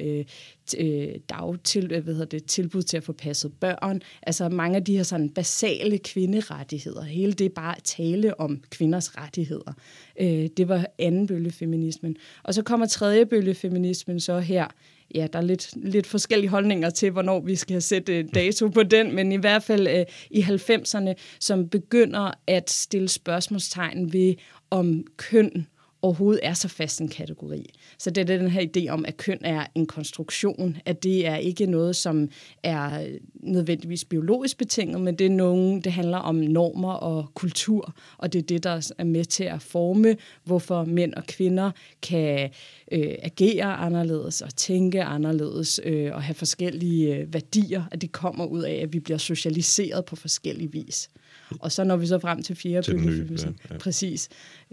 tilbud til at få passet børn. Altså mange af de her sådan basale kvinderettigheder. Hele det bare at tale om kvinders rettigheder. Det var anden bølge feminismen. Og så kommer tredje bølge feminismen så her. Ja, der er lidt forskellige holdninger til, hvornår vi skal sætte dato på den, men i hvert fald i 90'erne, som begynder at stille spørgsmålstegn ved, om køn overhovedet er så fast en kategori. Så det er den her idé om, at køn er en konstruktion, at det er ikke noget, som er nødvendigvis biologisk betinget, men det handler om normer og kultur, og det er det, der er med til at forme, hvorfor mænd og kvinder kan agere anderledes og tænke anderledes og have forskellige værdier, at det kommer ud af, at vi bliver socialiseret på forskellige vis. Og så når vi så frem til fjerde bølge. Ja. Præcis.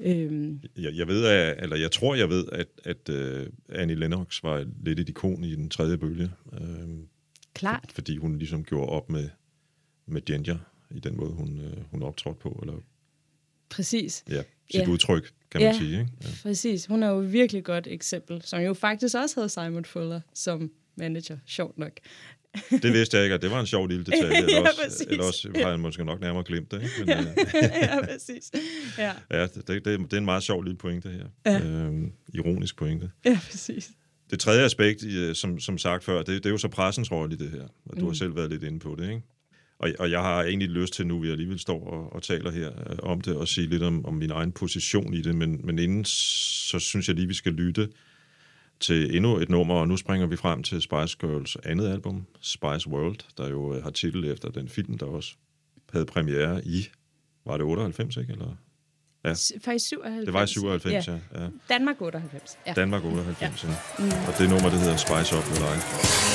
Jeg tror, jeg ved, at Annie Lennox var lidt et ikon i den tredje bølge. Klart. Fordi hun ligesom gjorde op med gender i den måde, hun optrådte på. Eller, præcis. Ja, sit udtryk, kan man sige. Ikke? Ja, præcis. Hun er jo et virkelig godt eksempel, som jo faktisk også havde Simon Fuller som manager, sjovt nok. Det vidste jeg ikke, og det var en sjov lille detalje. Eller også har jeg måske nok nærmere glemt det. Ikke? Men, ja, præcis. Ja, det er en meget sjov lille pointe her. Ja. Ironisk pointe. Ja, præcis. Det tredje aspekt, som sagt før, det er jo så pressens rolle i det her. Og du har selv været lidt inde på det, ikke? Og jeg har egentlig lyst til nu, vi alligevel står og taler her om det, og sige lidt om min egen position i det. Men inden, så synes jeg lige, vi skal lytte til endnu et nummer, og nu springer vi frem til Spice Girls andet album, Spice World, der jo har titel efter den film, der også havde premiere i, var det 98, ikke? Eller? Ja. Faktisk 97. Det var i 97, ja. Danmark 98. Ja. Danmark 98, ja. Og det nummer, det hedder Spice Up Your Life.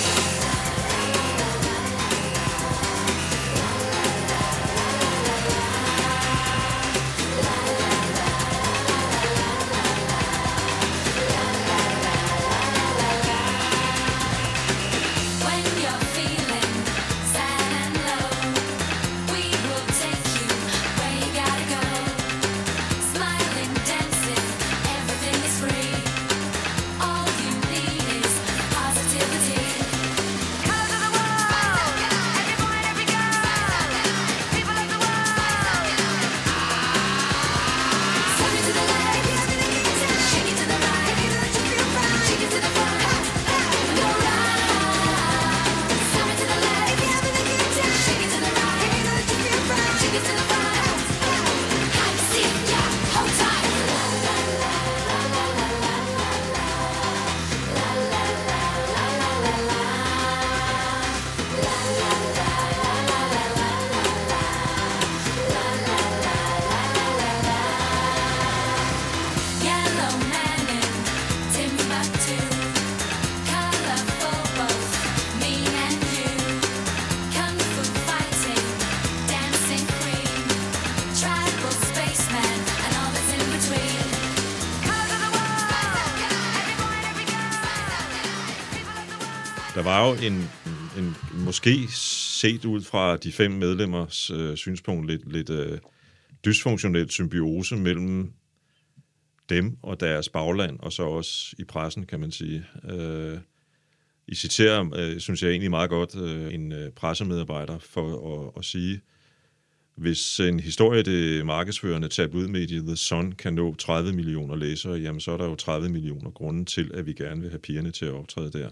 Der var jo en måske set ud fra de 5 medlemmers synspunkt lidt dysfunktionel symbiose mellem dem og deres bagland, og så også i pressen, kan man sige. I citerer, synes jeg egentlig meget godt, en pressemedarbejder for at sige, hvis en historie, det markedsførende tabloidmedie The Sun kan nå 30 millioner læsere, jamen så er der jo 30 millioner grunde til, at vi gerne vil have pigerne til at optræde der.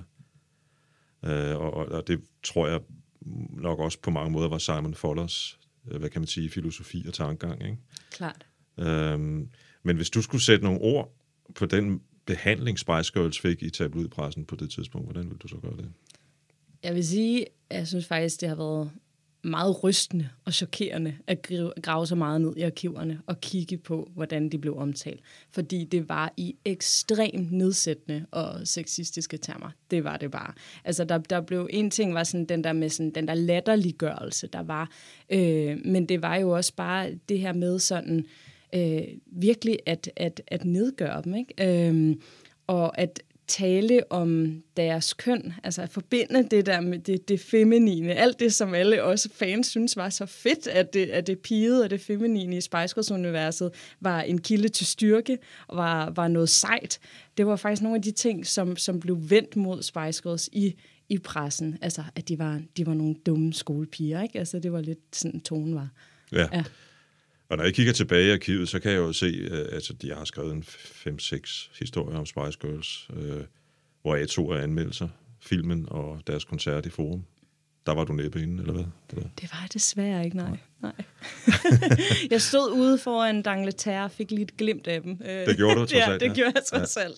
Og det tror jeg nok også på mange måder var Simon Fullers, hvad kan man sige, filosofi og tankegang, ikke? Klart. Men hvis du skulle sætte nogle ord på den behandling Spice Girls fik i tabloidpressen på det tidspunkt, hvordan ville du så gøre det? Jeg vil sige, at jeg synes faktisk, det har været meget rystende og chokerende at grave så meget ned i arkiverne og kigge på, hvordan de blev omtalt. Fordi det var i ekstremt nedsættende og sexistiske termer. Det var det bare. Altså, der blev en ting, var sådan den der med sådan, den der latterliggørelse, der var. Men det var jo også bare det her med sådan virkelig at nedgøre dem, ikke? Og at tale om deres køn, altså at forbinde det der med det feminine, alt det, som alle også fans synes var så fedt, at det pigede og det feminine i Spice Girls-universet var en kilde til styrke og var noget sejt. Det var faktisk nogle af de ting, som blev vendt mod Spice Girls i pressen, altså at de var nogle dumme skolepiger, ikke? Altså det var lidt sådan tonen var. Ja. Og når jeg kigger tilbage i arkivet, så kan jeg jo se, at de har skrevet en 5-6 historier om Spice Girls, hvor 2 er anmeldelser, filmen og deres koncert i Forum. Der var du næppe inde, eller hvad? Det var jeg desværre ikke, nej. Jeg stod ude foran D'Angleterre og fik lige et glimt af dem. Det gjorde du trods alt. Ja, det gjorde jeg trods alt.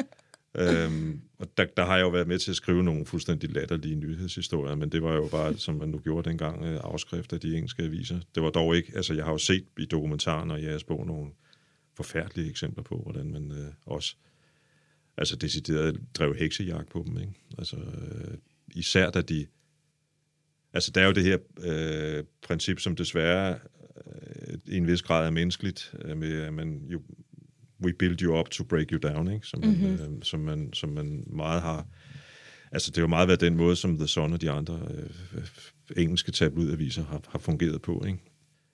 Og der har jeg jo været med til at skrive nogle fuldstændig latterlige nyhedshistorier, men det var jo bare, som man nu gjorde dengang, afskrift af de engelske aviser. Det var dog ikke, altså jeg har jo set i dokumentaren og i jeres bog nogle forfærdelige eksempler på, hvordan man også, altså decideret drev heksejagt på dem, ikke? Altså især da de, altså der er jo det her princip, som desværre i en vis grad er menneskeligt, med at man jo we build you up to break you down, ikke? Som man meget har. Altså det har jo meget været den måde, som The Sun og de andre engelske tabloidaviser har fungeret på, ikke?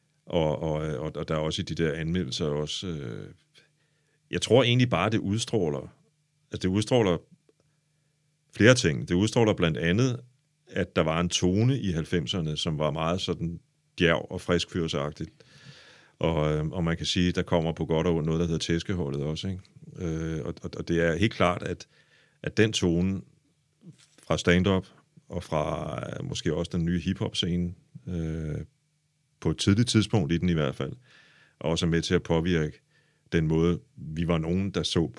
Og der er også i de der anmeldelser også. Jeg tror egentlig bare, det udstråler flere ting. Det udstråler blandt andet, at der var en tone i 90'erne, som var meget sådan djærv og friskfyrsagtigt. Og man kan sige, der kommer på godt og ondt noget, der hedder tæskeholdet også, ikke? Og det er helt klart, at den tone fra stand-up og fra måske også den nye hip-hop-scene, på et tidligt tidspunkt i den i hvert fald, også er med til at påvirke den måde, vi var nogen, der så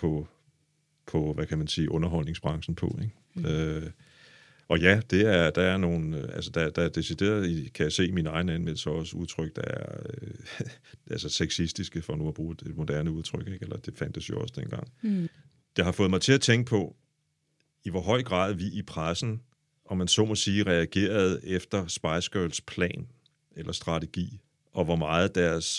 på hvad kan man sige, underholdningsbranchen på, ikke? Og ja, der er nogle, altså der er decideret, kan jeg se i mine egne anmeldelser også udtryk, der er altså sexistiske, for nu at bruge et moderne udtryk, ikke? Eller det fandtes jo også dengang. Det har fået mig til at tænke på, i hvor høj grad vi i pressen, om man så må sige, reagerede efter Spice Girls plan eller strategi, og hvor meget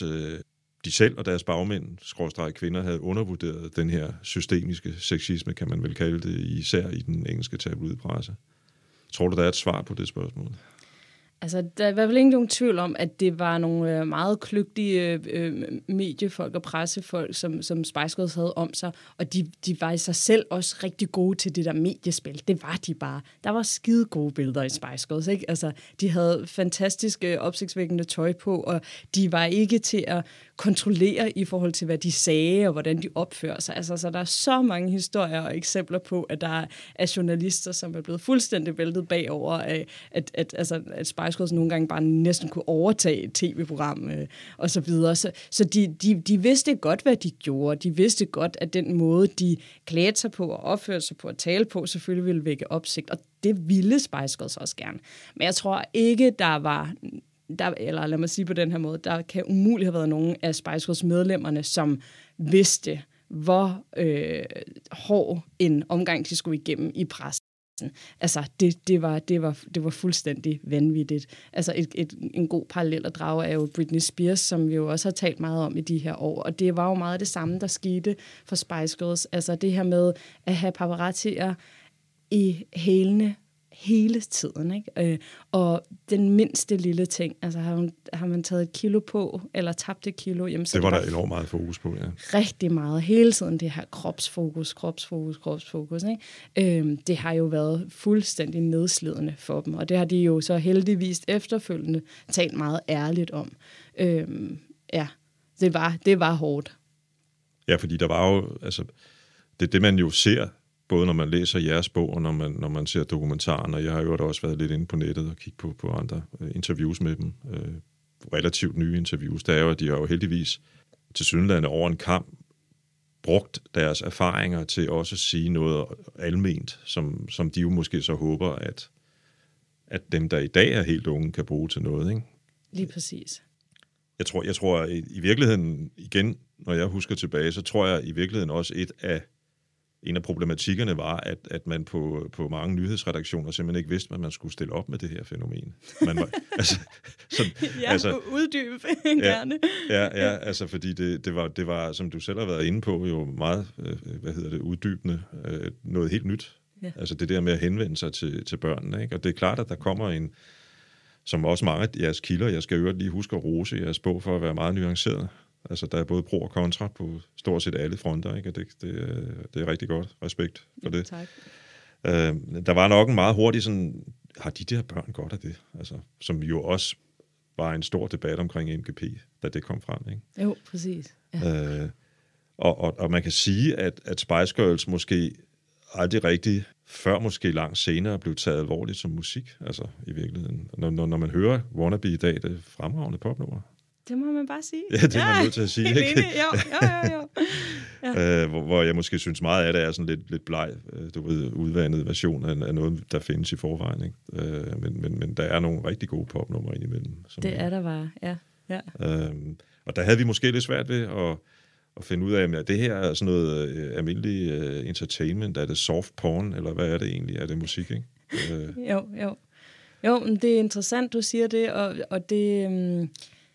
de selv og deres bagmænd, kvinder, havde undervurderet den her systemiske sexisme, kan man vel kalde det, især i den engelske tabloidpresse. Tror du, der er et svar på det spørgsmål? Altså, der er i hvert fald ikke nogen tvivl om, at det var nogle meget kløgtige mediefolk og pressefolk, som Spice Girls havde om sig, og de var i sig selv også rigtig gode til det der mediespil. Det var de bare. Der var skide gode billeder i Spice Girls, ikke? Altså, de havde fantastiske, opsigtsvækkende tøj på, og de var ikke til at kontrollere i forhold til, hvad de sagde, og hvordan de opfører sig. Altså, så der er så mange historier og eksempler på, at der er journalister, som er blevet fuldstændig væltet bagover af, at Spice Girls nogle gange bare næsten kunne overtage et tv-program og så videre. Så de vidste godt, hvad de gjorde. De vidste godt, at den måde, de klædte sig på og opførte sig på og tale på, selvfølgelig ville vække opsigt. Og det ville Spice Girls også gerne. Men jeg tror ikke, eller lad mig sige på den her måde, der kan umuligt have været nogen af Spice Girls medlemmerne, som vidste, hvor hård en omgang de skulle igennem i pressen. Altså, det var fuldstændig vanvittigt. Altså, en god parallel at drage er jo Britney Spears, som vi jo også har talt meget om i de her år, og det var jo meget det samme, der skete for Spice Girls. Altså, det her med at have paparazzier i hælene hele tiden, ikke? Og den mindste lille ting, altså har man taget 1 kilo på, eller tabt 1 kilo, jamen så det var der enormt meget fokus på, ja. Rigtig meget. Hele tiden det her kropsfokus, ikke? Det har jo været fuldstændig nedslidende for dem, og det har de jo så heldigvis efterfølgende talt meget ærligt om. Ja, det var hårdt. Ja, fordi der var jo, altså, det man jo ser, både når man læser jeres bog, og når man ser dokumentaren, og jeg har jo også været lidt inde på nettet og kigge på andre interviews med dem, relativt nye interviews, der er jo, at de har jo heldigvis tilsyneladende over en kamp brugt deres erfaringer til også at sige noget alment, som de jo måske så håber, at dem, der i dag er helt unge, kan bruge til noget, ikke? Lige præcis. Jeg tror i virkeligheden, igen, når jeg husker tilbage, så tror jeg i virkeligheden også en af problematikkerne var, at man på mange nyhedsredaktioner simpelthen ikke vidste, hvad man skulle stille op med det her fænomen. Man var, uddybe gerne. Ja, altså fordi det var, som du selv har været inde på, jo meget, uddybende, noget helt nyt. Ja. Altså det der med at henvende sig til børnene, ikke? Og det er klart, at der kommer en, som også mange af jeres kilder, jeg skal øvrigt lige huske at rose jeres bog for at være meget nuanceret. Altså, der er både pro og kontra på stort set alle fronter, ikke? Og det er rigtig godt. Respekt for det. Tak. Der var nok en meget hurtig sådan, har de der børn godt af det? Altså, som jo også var en stor debat omkring MGP, da det kom frem, ikke? Jo, præcis. Ja. Og man kan sige, at Spice Girls måske aldrig rigtig, før måske langt senere, blev taget alvorligt som musik, altså i virkeligheden. Når man hører Wannabe i dag, det er fremragende popnummer. Det må man bare sige. Ja, det er man nødt til at sige. Ikke? Jo. Ja. Hvor jeg måske synes meget af det er sådan lidt bleg, udvandet version af noget, der findes i forvejen. Ikke? Men der er nogle rigtig gode popnumre indimellem. Det er der bare, ja. Og der havde vi måske lidt svært ved at finde ud af, at det her er sådan noget almindelig entertainment. Er det soft porn, eller hvad er det egentlig? Er det musik, ikke? Jo, men det er interessant, du siger det, og det...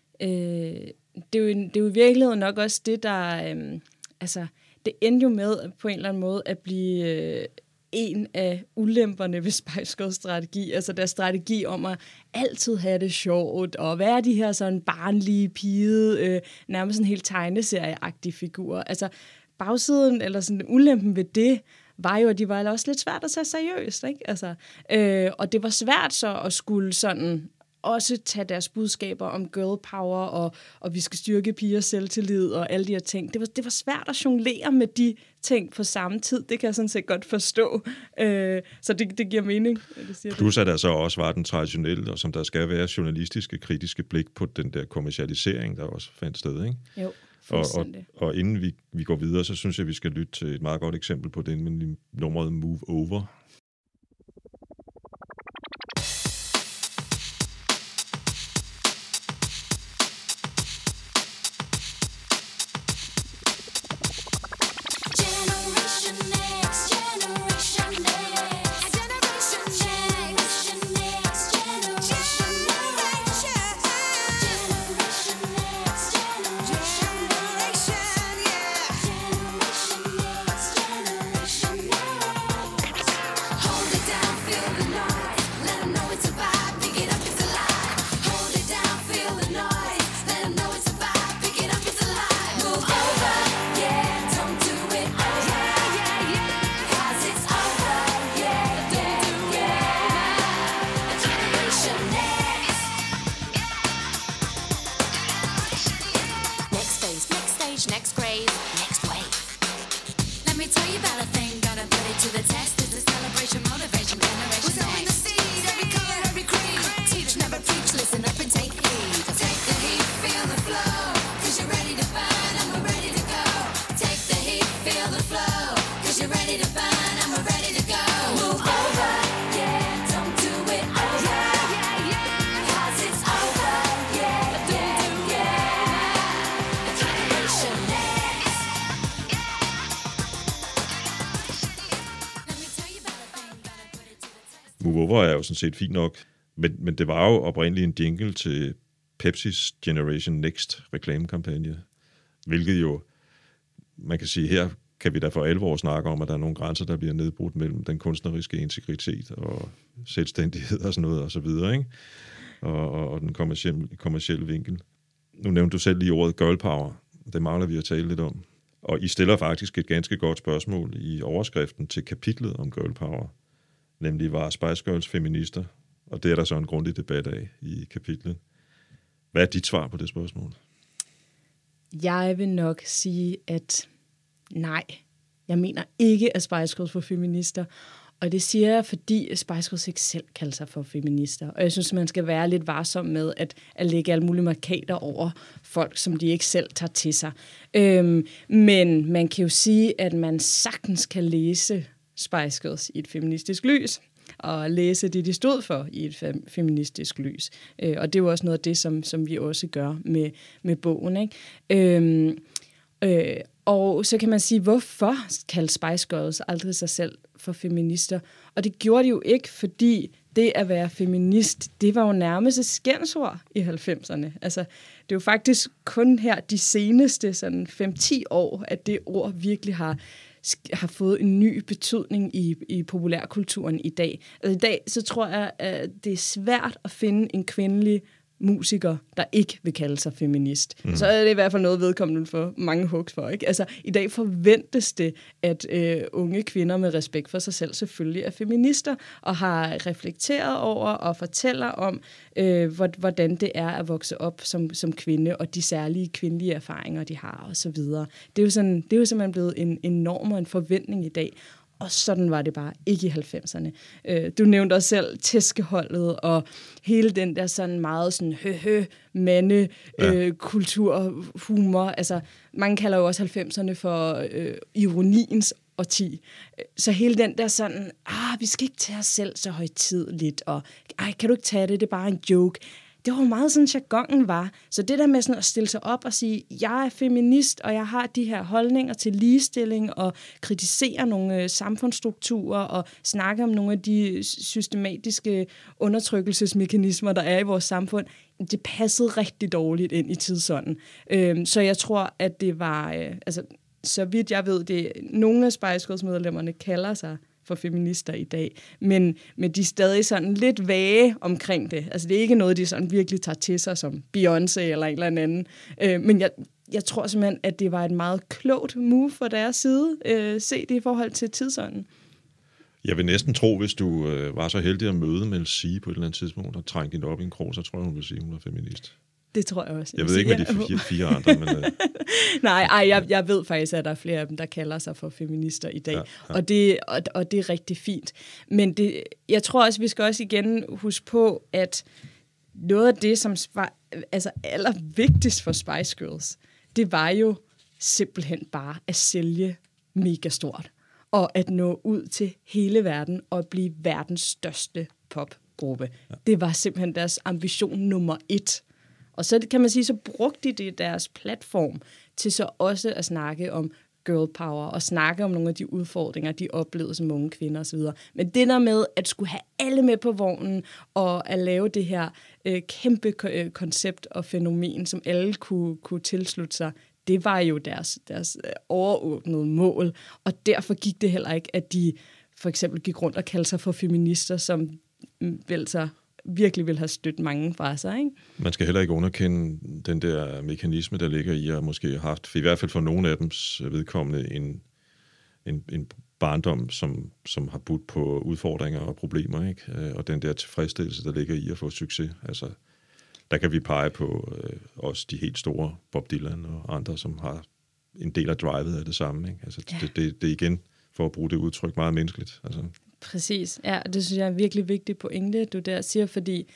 det er jo i virkeligheden nok også det, der... det endte jo med på en eller anden måde at blive en af ulemperne ved Spice Girls strategi. Altså deres strategi om at altid have det sjovt, og være de her sådan barnlige, pigede, nærmest sådan helt tegneserieagtige figurer. Altså bagsiden, eller sådan ulempen ved det, var jo, at de var også lidt svært at tage seriøst, ikke? Altså, og det var svært så at skulle sådan... også tage deres budskaber om girl power, og vi skal styrke pigers selvtillid, og alle de her ting. Det var svært at jonglere med de ting på samme tid. Det kan jeg sådan set godt forstå. Så det giver mening. Plus at der så også var den traditionelle, og som der skal være, journalistiske, kritiske blik på den der kommercialisering, der også fandt sted, ikke? Jo, fuldstændig. Og inden vi går videre, så synes jeg, vi skal lytte til et meget godt eksempel på det, med nummeret Move Over. Move Over er jo sådan set fint nok, men det var jo oprindeligt en jingle til Pepsis Generation Next reklamekampagne, hvilket jo, man kan sige, her kan vi da for alvor snakke om, at der er nogle grænser, der bliver nedbrudt mellem den kunstneriske integritet og selvstændighed og sådan noget og så videre, ikke? Og den kommercielle vinkel. Nu nævnte du selv lige ordet girl power. Det mangler vi at tale lidt om. Og I stiller faktisk et ganske godt spørgsmål i overskriften til kapitlet om girl power. Nemlig, var Spice Girls feminister? Og det er der så en grundig debat af i kapitlet. Hvad er dit svar på det spørgsmål? Jeg vil nok sige, at nej. Jeg mener ikke, at Spice Girls var feminister. Og det siger jeg, fordi Spice Girls ikke selv kalder sig for feminister. Og jeg synes, man skal være lidt varsom med at lægge alle mulige markader over folk, som de ikke selv tager til sig. Men man kan jo sige, at man sagtens kan læse Spice Girls i et feministisk lys. og læse det, de stod for i et feministisk lys. Og det er jo også noget af det, som vi også gør med bogen, ikke? Og så kan man sige, hvorfor kaldte Spice Girls aldrig sig selv for feminister? Og det gjorde de jo ikke, fordi det at være feminist, det var jo nærmest et skældsord i 90'erne. Altså, det er jo faktisk kun her de seneste sådan 5-10 år, at det ord virkelig har fået en ny betydning i populærkulturen i dag. Altså, i dag, så tror jeg, at det er svært at finde en kvindelig musiker, der ikke vil kalde sig feminist. Så er det i hvert fald noget vedkommende for mange hooks for, ikke? Altså, i dag forventes det, at unge kvinder med respekt for sig selv selvfølgelig er feminister, og har reflekteret over og fortæller om, hvordan det er at vokse op som kvinde, og de særlige kvindelige erfaringer, de har, og så videre. Det er jo simpelthen blevet en norm og en forventning i dag. Og sådan var det bare ikke i 90'erne. Du nævnte også selv tæskeholdet og hele den der sådan meget sådan mande kultur, humor. Altså, mange kalder jo også 90'erne for ironiens årti. Så hele den der sådan, vi skal ikke tage os selv så højtideligt, og kan du ikke tage det, det er bare en joke. Det var meget sådan, jargonen var. Så det der med sådan at stille sig op og sige, jeg er feminist, og jeg har de her holdninger til ligestilling, og kritisere nogle samfundsstrukturer, og snakke om nogle af de systematiske undertrykkelsesmekanismer, der er i vores samfund, det passede rigtig dårligt ind i tidsånden. Så jeg tror, at det var, så vidt jeg ved, det nogle af Spice Girls-medlemmerne kalder sig for feminister i dag, men de er stadig sådan lidt vage omkring det. Altså, det er ikke noget, de sådan virkelig tager til sig, som Beyoncé eller en eller anden. Men jeg tror simpelthen, at det var et meget klogt move fra deres side, set i forhold til tidsånden. Jeg vil næsten tro, hvis du var så heldig at møde Mel C på et eller andet tidspunkt, og trængte hende op i en krog, så tror jeg, hun vil sige, hun er feminist. Det tror jeg også. Jeg ved ikke med de fire andre, men... Nej, jeg ved faktisk, at der er flere af dem, der kalder sig for feminister i dag. Ja. Og det er rigtig fint. Men jeg tror også, vi skal også igen huske på, at noget af det, som var allervigtigst for Spice Girls, det var jo simpelthen bare at sælge mega stort. Og at nå ud til hele verden og blive verdens største popgruppe. Ja. Det var simpelthen deres ambition nummer 1. Og så kan man sige, så brugte de deres platform til så også at snakke om girl power, og snakke om nogle af de udfordringer, de oplevede som unge kvinder osv. Men det der med, at skulle have alle med på vognen, og at lave det her kæmpe koncept og fænomen, som alle kunne tilslutte sig, det var jo deres overordnede mål. Og derfor gik det heller ikke, at de for eksempel gik rundt og kaldte sig for feminister, som vel så virkelig vil have stødt mange fra sig, ikke? Man skal heller ikke underkende den der mekanisme, der ligger i, at måske har haft, i hvert fald for nogle af dems vedkommende, en barndom, som har budt på udfordringer og problemer, ikke? Og den der tilfredsstillelse, der ligger i at få succes. Altså, der kan vi pege på også de helt store, Bob Dylan og andre, som har en del af drivet af det samme, ikke? Altså, det er igen, for at bruge det udtryk, meget menneskeligt. Altså. Præcis, ja, og det synes jeg er en virkelig vigtig pointe, du der siger, fordi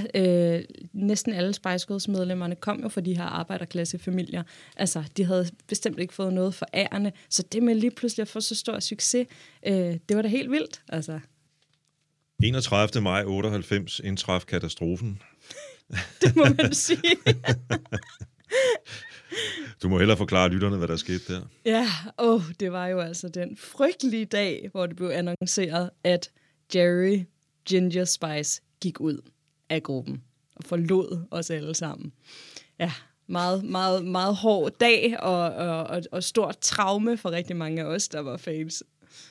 næsten alle Spice Girls-medlemmerne kom jo fra de her arbejderklassefamilier. Altså, de havde bestemt ikke fået noget for ærende, så det med lige pludselig at få så stor succes, det var da helt vildt, altså. 31. maj 98 indtraf katastrofen. Det må man sige. Du må hellere forklare lytterne, hvad der skete der. Ja, det var jo altså den frygtelige dag, hvor det blev annonceret, at Jerry Ginger Spice gik ud af gruppen og forlod os alle sammen. Ja, meget, meget, meget hård dag og stort traume for rigtig mange af os, der var fans.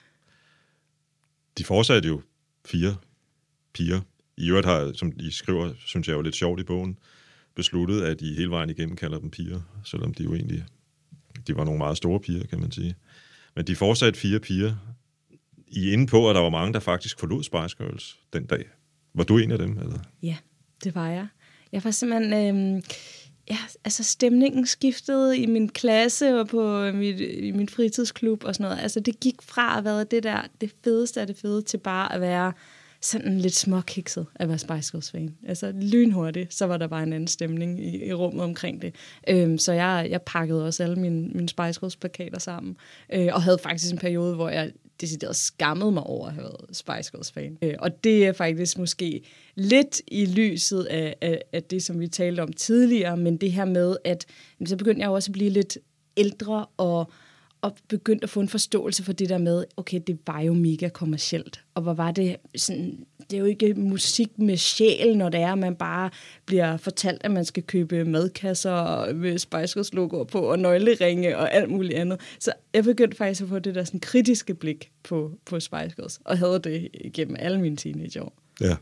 De fortsatte jo 4 piger. I øvrigt har, som I skriver, synes jeg jo lidt sjovt i bogen, besluttet, at de hele vejen igennem kalder dem piger, selvom de jo egentlig, de var nogle meget store piger, kan man sige. Men de fortsatte 4 piger. I er inde på, at der var mange, der faktisk forlod Spice Girls den dag. Var du en af dem, eller? Ja, det var jeg. Jeg var simpelthen... stemningen skiftede i min klasse og i min fritidsklub og sådan noget. Altså, det gik fra at være det fedeste af det fede, til bare at være sådan lidt småkikset at være Spice Girls-fan. Altså lynhurtigt, så var der bare en anden stemning i rummet omkring det. Så jeg pakkede også alle mine Spice Girls-plakater sammen. Og havde faktisk en periode, hvor jeg decideret skammede mig over at have været Spice Girls-fan. Og det er faktisk måske lidt i lyset af det, som vi talte om tidligere, men det her med, at så begyndte jeg også at blive lidt ældre og begyndte at få en forståelse for det der med, okay, det var jo mega kommercielt. Og hvor var det sådan, det er jo ikke musik med sjæl, når det er, at man bare bliver fortalt, at man skal købe madkasser med Spice Girls logoer på, og nøgleringe og alt muligt andet. Så jeg begyndte faktisk at få det der sådan kritiske blik på Spice Girls, og havde det igennem alle mine teenageår. Ja,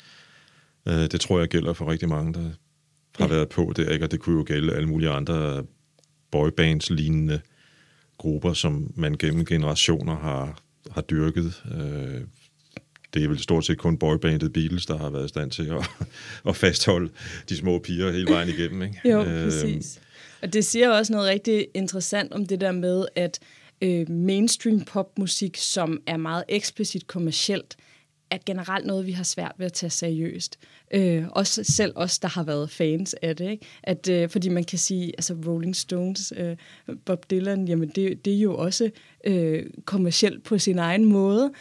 det tror jeg gælder for rigtig mange, der har været på det, ikke? Og det kunne jo gælde alle mulige andre boybands-lignende grupper, som man gennem generationer har dyrket. Det er vel stort set kun boybandet Beatles, der har været i stand til at fastholde de små piger hele vejen igennem. Ikke? Jo, præcis. Og det siger også noget rigtig interessant om det der med, at mainstream popmusik, som er meget eksplicit kommercielt, er generelt noget, vi har svært ved at tage seriøst. Også selv os, der har været fans af det. Ikke? Fordi man kan sige, altså Rolling Stones, Bob Dylan, jamen det er jo også kommercielt på sin egen måde.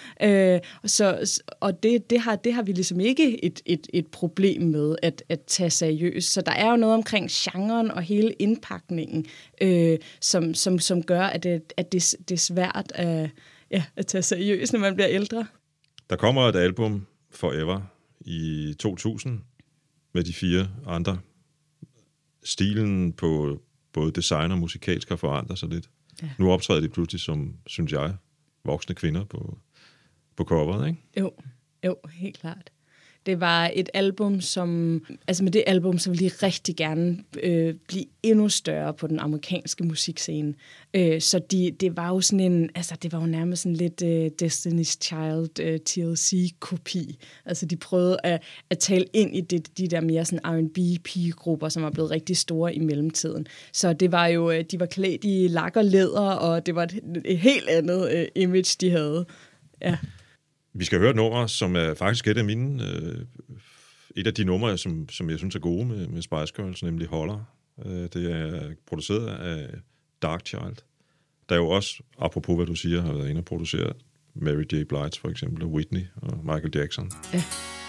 Og det har vi ligesom ikke et problem med at tage seriøst. Så der er jo noget omkring genren og hele indpakningen, som gør, at det er svært at tage seriøst, når man bliver ældre. Der kommer et album, Forever, i 2000, med de 4 andre. Stilen på både design og musikalsk har forandret sig lidt. Ja. Nu optræder de pludselig som, synes jeg, voksne kvinder på coveret, ikke? Jo, helt klart. Det var et album, altså med det album, så ville de rigtig gerne blive endnu større på den amerikanske musikscene. Så det var jo sådan en, altså det var jo nærmest sådan lidt Destiny's Child TLC-kopi. Altså de prøvede at tale ind i de der mere sådan R&B-pigegrupper, som var blevet rigtig store i mellemtiden. Så det var jo, de var klædt i lak og læder, og det var et helt andet image, de havde. Ja. Vi skal høre et nummer, som er faktisk et af de numre, som jeg synes er gode med Spice Girls, nemlig Holler. Det er produceret af Darkchild, der jo også, apropos hvad du siger, har været inde og produceret Mary J. Blige for eksempel, og Whitney og Michael Jackson. Ja.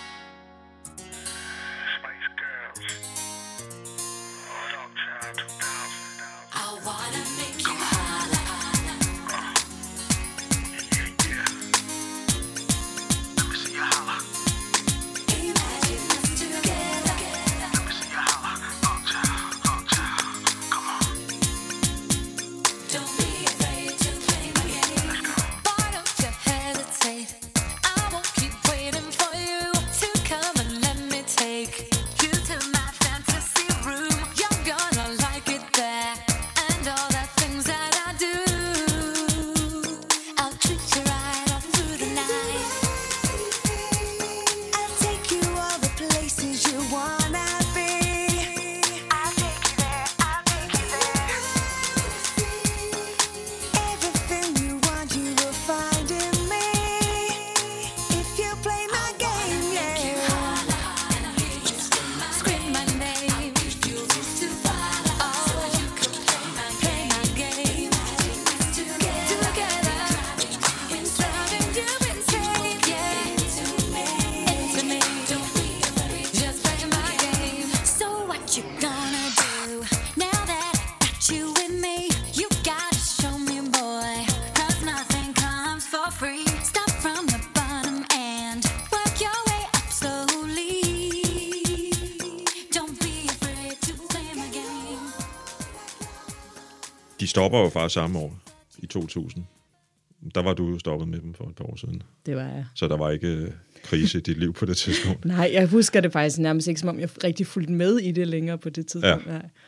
De stopper jo faktisk samme år, i 2000. Der var du stoppet med dem for et par år siden. Det var jeg. Så der var ikke krise i dit liv på det tidspunkt. Nej, jeg husker det faktisk nærmest ikke, som om jeg rigtig fulgte med i det længere på det tidspunkt.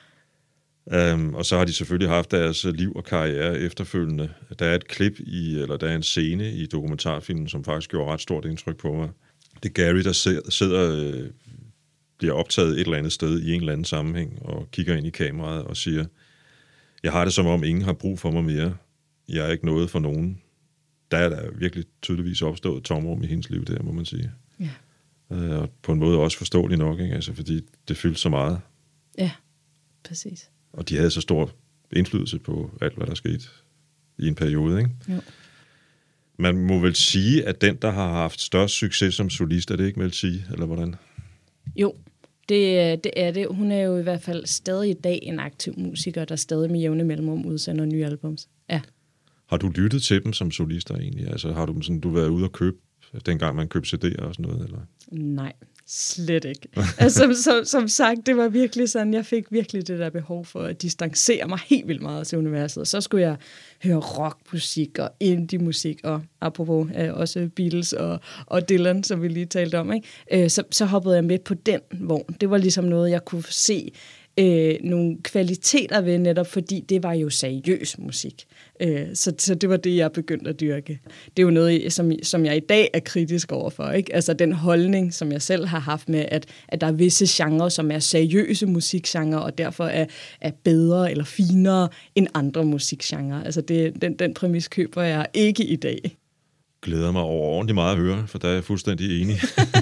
Ja. Og så har de selvfølgelig haft deres liv og karriere efterfølgende. Der er et klip der er en scene i dokumentarfilmen, som faktisk gjorde ret stort indtryk på mig. Det er Gary, der bliver optaget et eller andet sted i en eller anden sammenhæng, og kigger ind i kameraet og siger, jeg har det som om, ingen har brug for mig mere. Jeg er ikke noget for nogen. Der er der virkelig tydeligvis opstået tomrum i hendes liv der, må man sige. Ja. Og på en måde også forståeligt nok, ikke? Altså, fordi det fyldte så meget. Ja, præcis. Og de havde så stor indflydelse på alt, hvad der skete i en periode, ikke? Jo. Man må vel sige, at den, der har haft størst succes som solist, er det ikke Mel C, eller hvordan? Jo, det er det. Hun er jo i hvert fald stadig i dag en aktiv musiker, der stadig med jævne mellemrum udsender nye albums. Ja. Har du lyttet til dem som solister egentlig? Altså har du været ude og købe, dengang man købte CD'er og sådan noget? Eller? Nej, slet ikke. Altså, som sagt, det var virkelig sådan, jeg fik virkelig det der behov for at distancere mig helt vildt meget til universet. Og så skulle jeg høre rockmusik og indie-musik, og apropos også Beatles og Dylan, som vi lige talte om. Ikke? Så hoppede jeg med på den vogn. Det var ligesom noget, jeg kunne se nogle kvaliteter ved, netop fordi det var jo seriøs musik. Så det var det, jeg begyndte at dyrke. Det er jo noget, som jeg i dag er kritisk overfor. Ikke? Altså den holdning, som jeg selv har haft med, at der er visse genrer, som er seriøse musikgenrer, og derfor er bedre eller finere end andre musikgenrer. Altså den præmis køber jeg ikke i dag. Glæder mig ordentligt meget at høre, for der er jeg fuldstændig enig.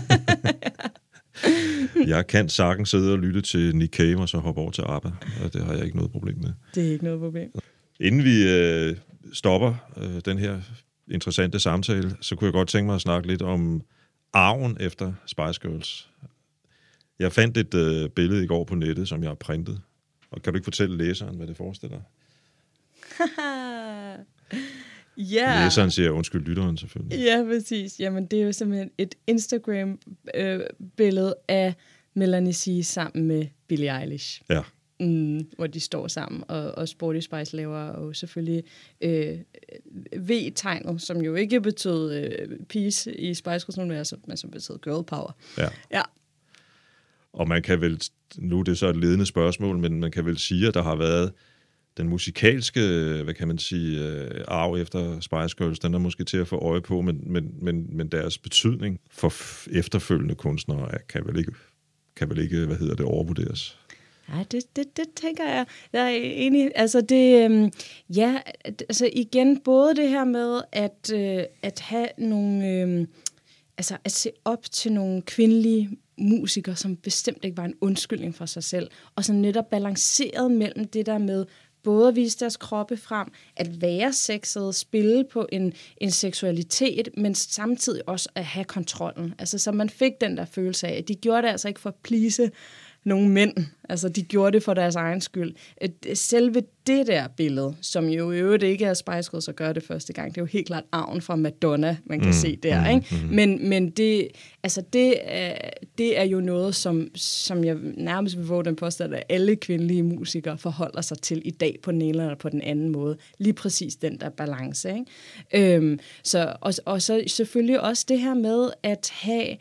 Jeg kan sagtens sidde og lytte til Nick Cave og så hoppe over til ABBA, og det har jeg ikke noget problem med. Det er ikke noget problem. Inden vi stopper den her interessante samtale, så kunne jeg godt tænke mig at snakke lidt om arven efter Spice Girls. Jeg fandt et billede i går på nettet, som jeg har printet. Og kan du ikke fortælle læseren, hvad det forestiller? Ja. Læseren siger, undskyld, lytteren selvfølgelig. Ja, præcis. Jamen, det er jo simpelthen et Instagram-billede af Melanie C. sammen med Billie Eilish. Ja. Hvor de står sammen, og Sporty Spice laver jo selvfølgelig V-tegnet, som jo ikke betød peace i Spice Girls universet, men som betød girl power. Ja. Og man kan vel, nu er det så et ledende spørgsmål, men man kan vel sige, at der har været den musikalske, hvad kan man sige, arv efter Spice Girls, den er måske til at få øje på, men deres betydning for efterfølgende kunstnere kan vel ikke, overvurderes. Ja, det tænker jeg. Jeg er enig. Altså igen, både det her med at have nogle, at se op til nogle kvindelige musikere, som bestemt ikke var en undskyldning for sig selv, og så netop balanceret mellem det der med både at vise deres kroppe frem, at være sexet, spille på en seksualitet, men samtidig også at have kontrollen. Altså, så man fik den der følelse af, at de gjorde det altså ikke for at please nogle mænd. Altså, de gjorde det for deres egen skyld. Selve det der billede, som jo i øvrigt ikke er Spice Girls at gøre det første gang, det er jo helt klart arven fra Madonna, man kan se der, ikke? Men det er jo noget, som jeg nærmest vil våge den påstand, at alle kvindelige musikere forholder sig til i dag på den ene eller på den anden måde. Lige præcis den der balance, ikke? Og så selvfølgelig også det her med at have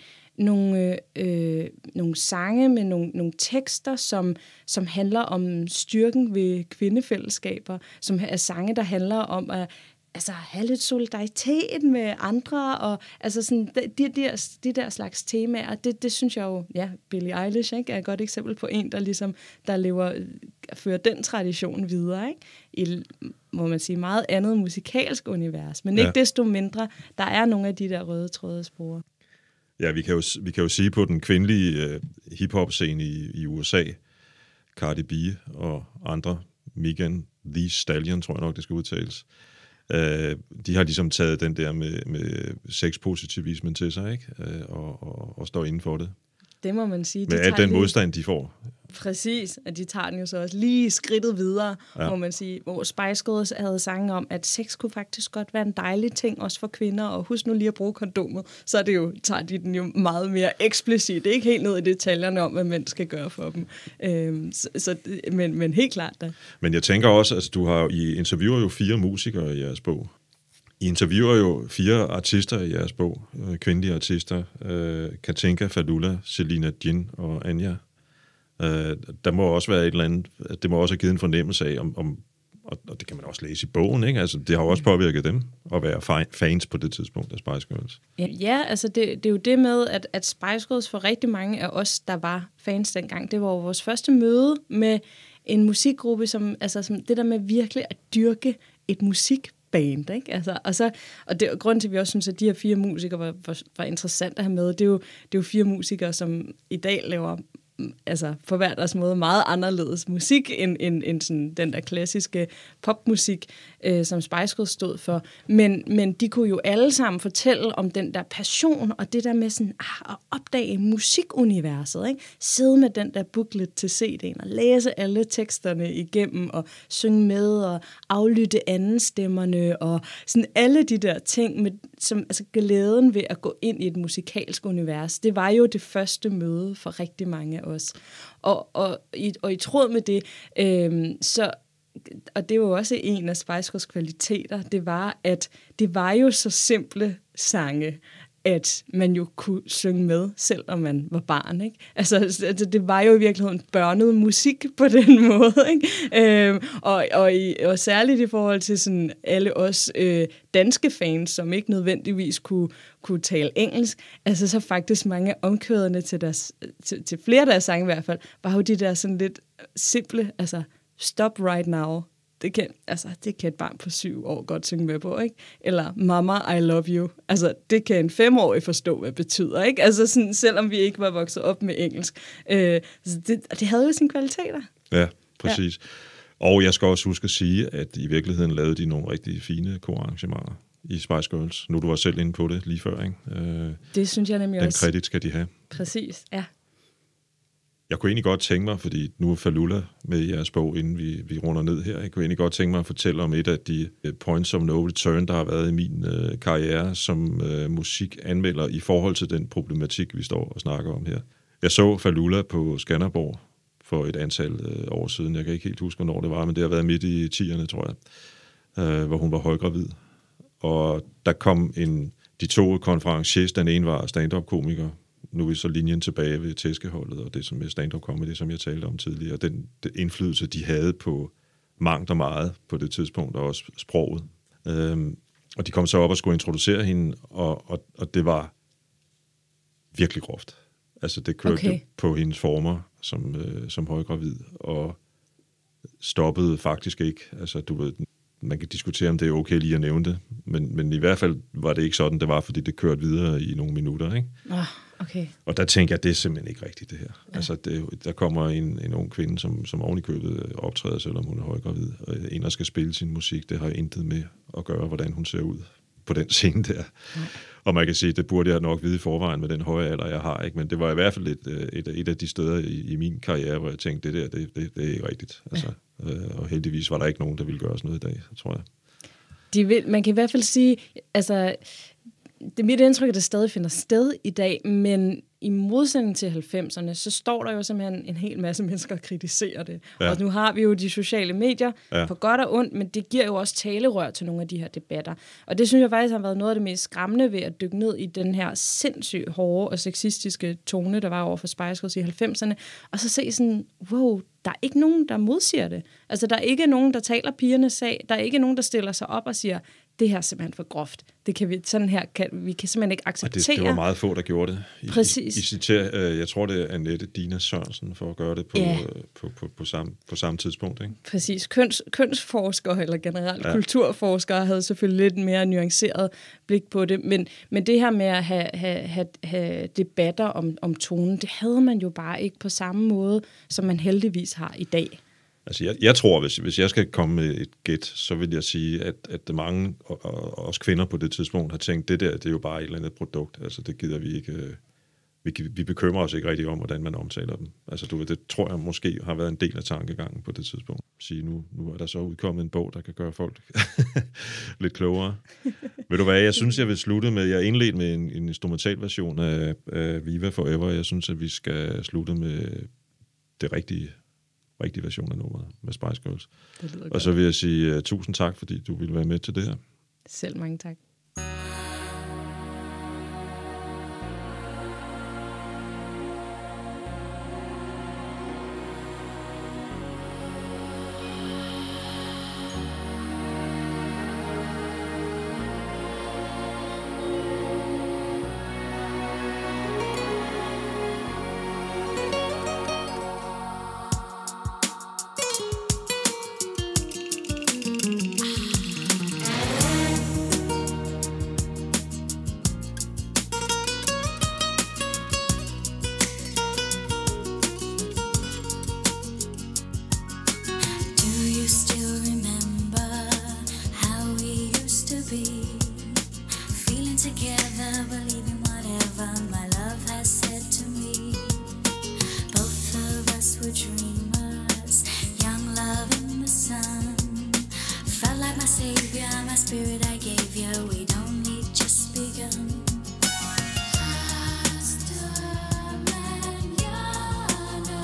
nogle sange med nogle tekster, som handler om styrken ved kvindefællesskaber, som er sange, der handler om at have lidt solidaritet med andre, og altså sådan, de der slags temaer, det synes jeg jo, ja, Billie Eilish, ikke, er et godt eksempel på en, der fører den tradition videre, ikke? I, må man sige, meget andet musikalsk univers, men ikke desto mindre, der er nogle af de der røde tråde spore. Ja, vi kan jo sige på den kvindelige hip-hop-scene i USA, Cardi B og andre, Megan Thee Stallion, tror jeg nok, det skal udtales, de har ligesom taget den der med sexpositivismen til sig, ikke? Og står inden for det. Det må man sige. Med al den modstand, de får. Præcis, at de tager den jo så også lige skridtet videre, må man sige, hvor Spice Girls havde sange om, at sex kunne faktisk godt være en dejlig ting, også for kvinder, og husk nu lige at bruge kondomet, så er det jo, tager de den jo meget mere eksplicit. Det er ikke helt ned i detaljerne om, hvad mænd skal gøre for dem. Men helt klart da. Men jeg tænker også, at I interviewer jo 4 musikere i jeres bog. I interviewer jo 4 artister i jeres bog, kvindelige artister, Katinka, Falula, Selina Jin og Anja. Der må også være et eller andet, det må også have givet en fornemmelse af, og det kan man også læse i bogen, ikke? Altså, det har jo også påvirket dem at være fans på det tidspunkt af Spice Girls. Ja, altså det er jo det med, at Spice Girls for rigtig mange af os, der var fans dengang, det var vores første møde med en musikgruppe, som det der med virkelig at dyrke et musikband, ikke? Altså, og det grunden til, at vi også synes, at de her 4 musikere var interessant at have med, det er jo 4 musikere, som i dag laver altså på hver deres måde meget anderledes musik end sådan den der klassiske popmusik, som Spice Girls stod for. Men de kunne jo alle sammen fortælle om den der passion, og det der med sådan, at opdage musikuniverset, ikke? Sidde med den der booklet til CD'en, og læse alle teksterne igennem, og synge med, og aflytte andenstemmerne, og sådan alle de der ting, som altså glæden ved at gå ind i et musikalsk univers, det var jo det første møde for rigtig mange af os. Og i tråd med det, og det var jo også en af Spice Girls kvaliteter, det var, at det var jo så simple sange, at man jo kunne synge med, selvom man var barn, ikke? Altså, det var jo i virkeligheden børnet musik på den måde, ikke? Og særligt i forhold til sådan alle os danske fans, som ikke nødvendigvis kunne tale engelsk, altså så faktisk mange omkvæderne til flere af deres sange i hvert fald, var jo de der sådan lidt simple, altså stop right now. Det kan et barn på 7 år godt synge med på, ikke? Eller Mama, I love you. Altså, det kan en 5-årig forstå, hvad det betyder, ikke? Altså, sådan, selvom vi ikke var vokset op med engelsk. Det havde jo sine kvaliteter. Ja, præcis. Ja. Og jeg skal også huske at sige, at i virkeligheden lavede de nogle rigtig fine korarrangementer i Spice Girls. Nu du var selv inde på det lige før, ikke? Det synes jeg nemlig den også. Den kredit skal de have. Præcis, ja. Jeg kunne egentlig godt tænke mig, fordi nu er Fallulah med i jeres bog, inden vi runder ned her, jeg kunne egentlig godt tænke mig at fortælle om et af de points of no return, der har været i min karriere som musikanmelder i forhold til den problematik, vi står og snakker om her. Jeg så Fallulah på Skanderborg for et antal år siden. Jeg kan ikke helt huske, hvornår det var, men det har været midt i 10'erne, tror jeg, hvor hun var højgravid. Og der kom de to konferenciers, den ene var stand-up-komiker. Nu er vi så linjen tilbage ved tæskeholdet, og det som med stand-up comedy, som jeg talte om tidligere. Den indflydelse, de havde på mangt og meget på det tidspunkt, og også sproget. Og de kom så op og skulle introducere hende, og det var virkelig groft. Altså det kørte på hendes former som højgravid, og stoppede faktisk ikke. Altså du ved, man kan diskutere, om det er okay lige at nævne det, men i hvert fald var det ikke sådan, det var, fordi det kørte videre i nogle minutter, ikke? Okay. Og der tænker jeg, det er simpelthen ikke rigtigt, det her. Ja. Altså, der kommer en ung kvinde, som oven i købet optræder, selvom hun er højgravid, og en, der skal spille sin musik, det har intet med at gøre, hvordan hun ser ud på den scene der. Ja. Og man kan sige, det burde jeg nok vide i forvejen med den høje alder, jeg har, ikke? Men det var i hvert fald et af de steder i min karriere, hvor jeg tænkte, det er ikke rigtigt. Altså, og heldigvis var der ikke nogen, der ville gøre sådan noget i dag, tror jeg. Man kan i hvert fald sige, altså det er mit indtryk, at det stadig finder sted i dag, men i modsætning til 90'erne, så står der jo simpelthen en hel masse mennesker og kritiserer det. Ja. Og nu har vi jo de sociale medier på godt og ondt, men det giver jo også talerør til nogle af de her debatter. Og det synes jeg faktisk har været noget af det mest skræmmende ved at dykke ned i den her sindssygt hårde og sexistiske tone, der var over for Spice Girls i 90'erne, og så se sådan, wow, der er ikke nogen, der modsiger det. Altså, der er ikke nogen, der taler pigernes sag. Der er ikke nogen, der stiller sig op og siger, det her er simpelthen for groft. Det kan vi, vi kan simpelthen ikke acceptere. Det var meget få, der gjorde det. Præcis. I citerer, jeg tror, det er Annette Dina Sørensen for at gøre det på samme tidspunkt, ikke? Præcis. Kønsforskere eller generelt kulturforskere havde selvfølgelig lidt mere nuanceret blik på det, men det her med at have debatter om tonen, det havde man jo bare ikke på samme måde, som man heldigvis har i dag. Altså, jeg tror, hvis jeg skal komme med et gæt, så vil jeg sige, at mange, og også kvinder på det tidspunkt, har tænkt, det er jo bare et eller andet produkt. Altså, det gider vi ikke. Vi bekymrer os ikke rigtig om, hvordan man omtaler dem. Altså, det tror jeg måske har været en del af tankegangen på det tidspunkt. Sige, nu er der så udkommet en bog, der kan gøre folk lidt klogere. Ved du hvad, jeg synes, jeg vil slutte med, jeg indledte med en instrumentalversion af Viva Forever. Jeg synes, at vi skal slutte med det rigtige version af nummeret med Spice Girls. Og så vil jeg sige tusind tak, fordi du ville være med til det her. Selv mange tak. spirit I gave you, we'd only just begun. Hasta mañana,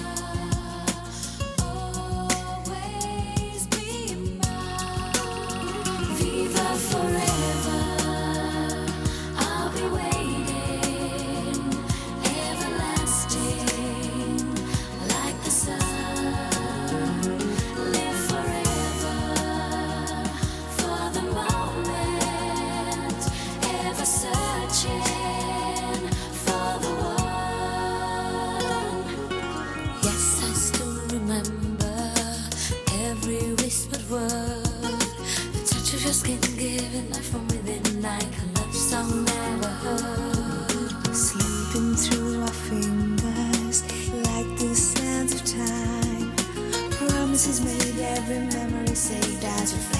always be mine. Viva forever, I'll be waiting, everlasting, like the sun. Live forever for the moment, ever searching for the one. Yes, I still remember every whispered word, the touch of your skin giving life from within, like a love song never heard. Sleeping through our fingers like the sands of time. Promises made, every memory saved as we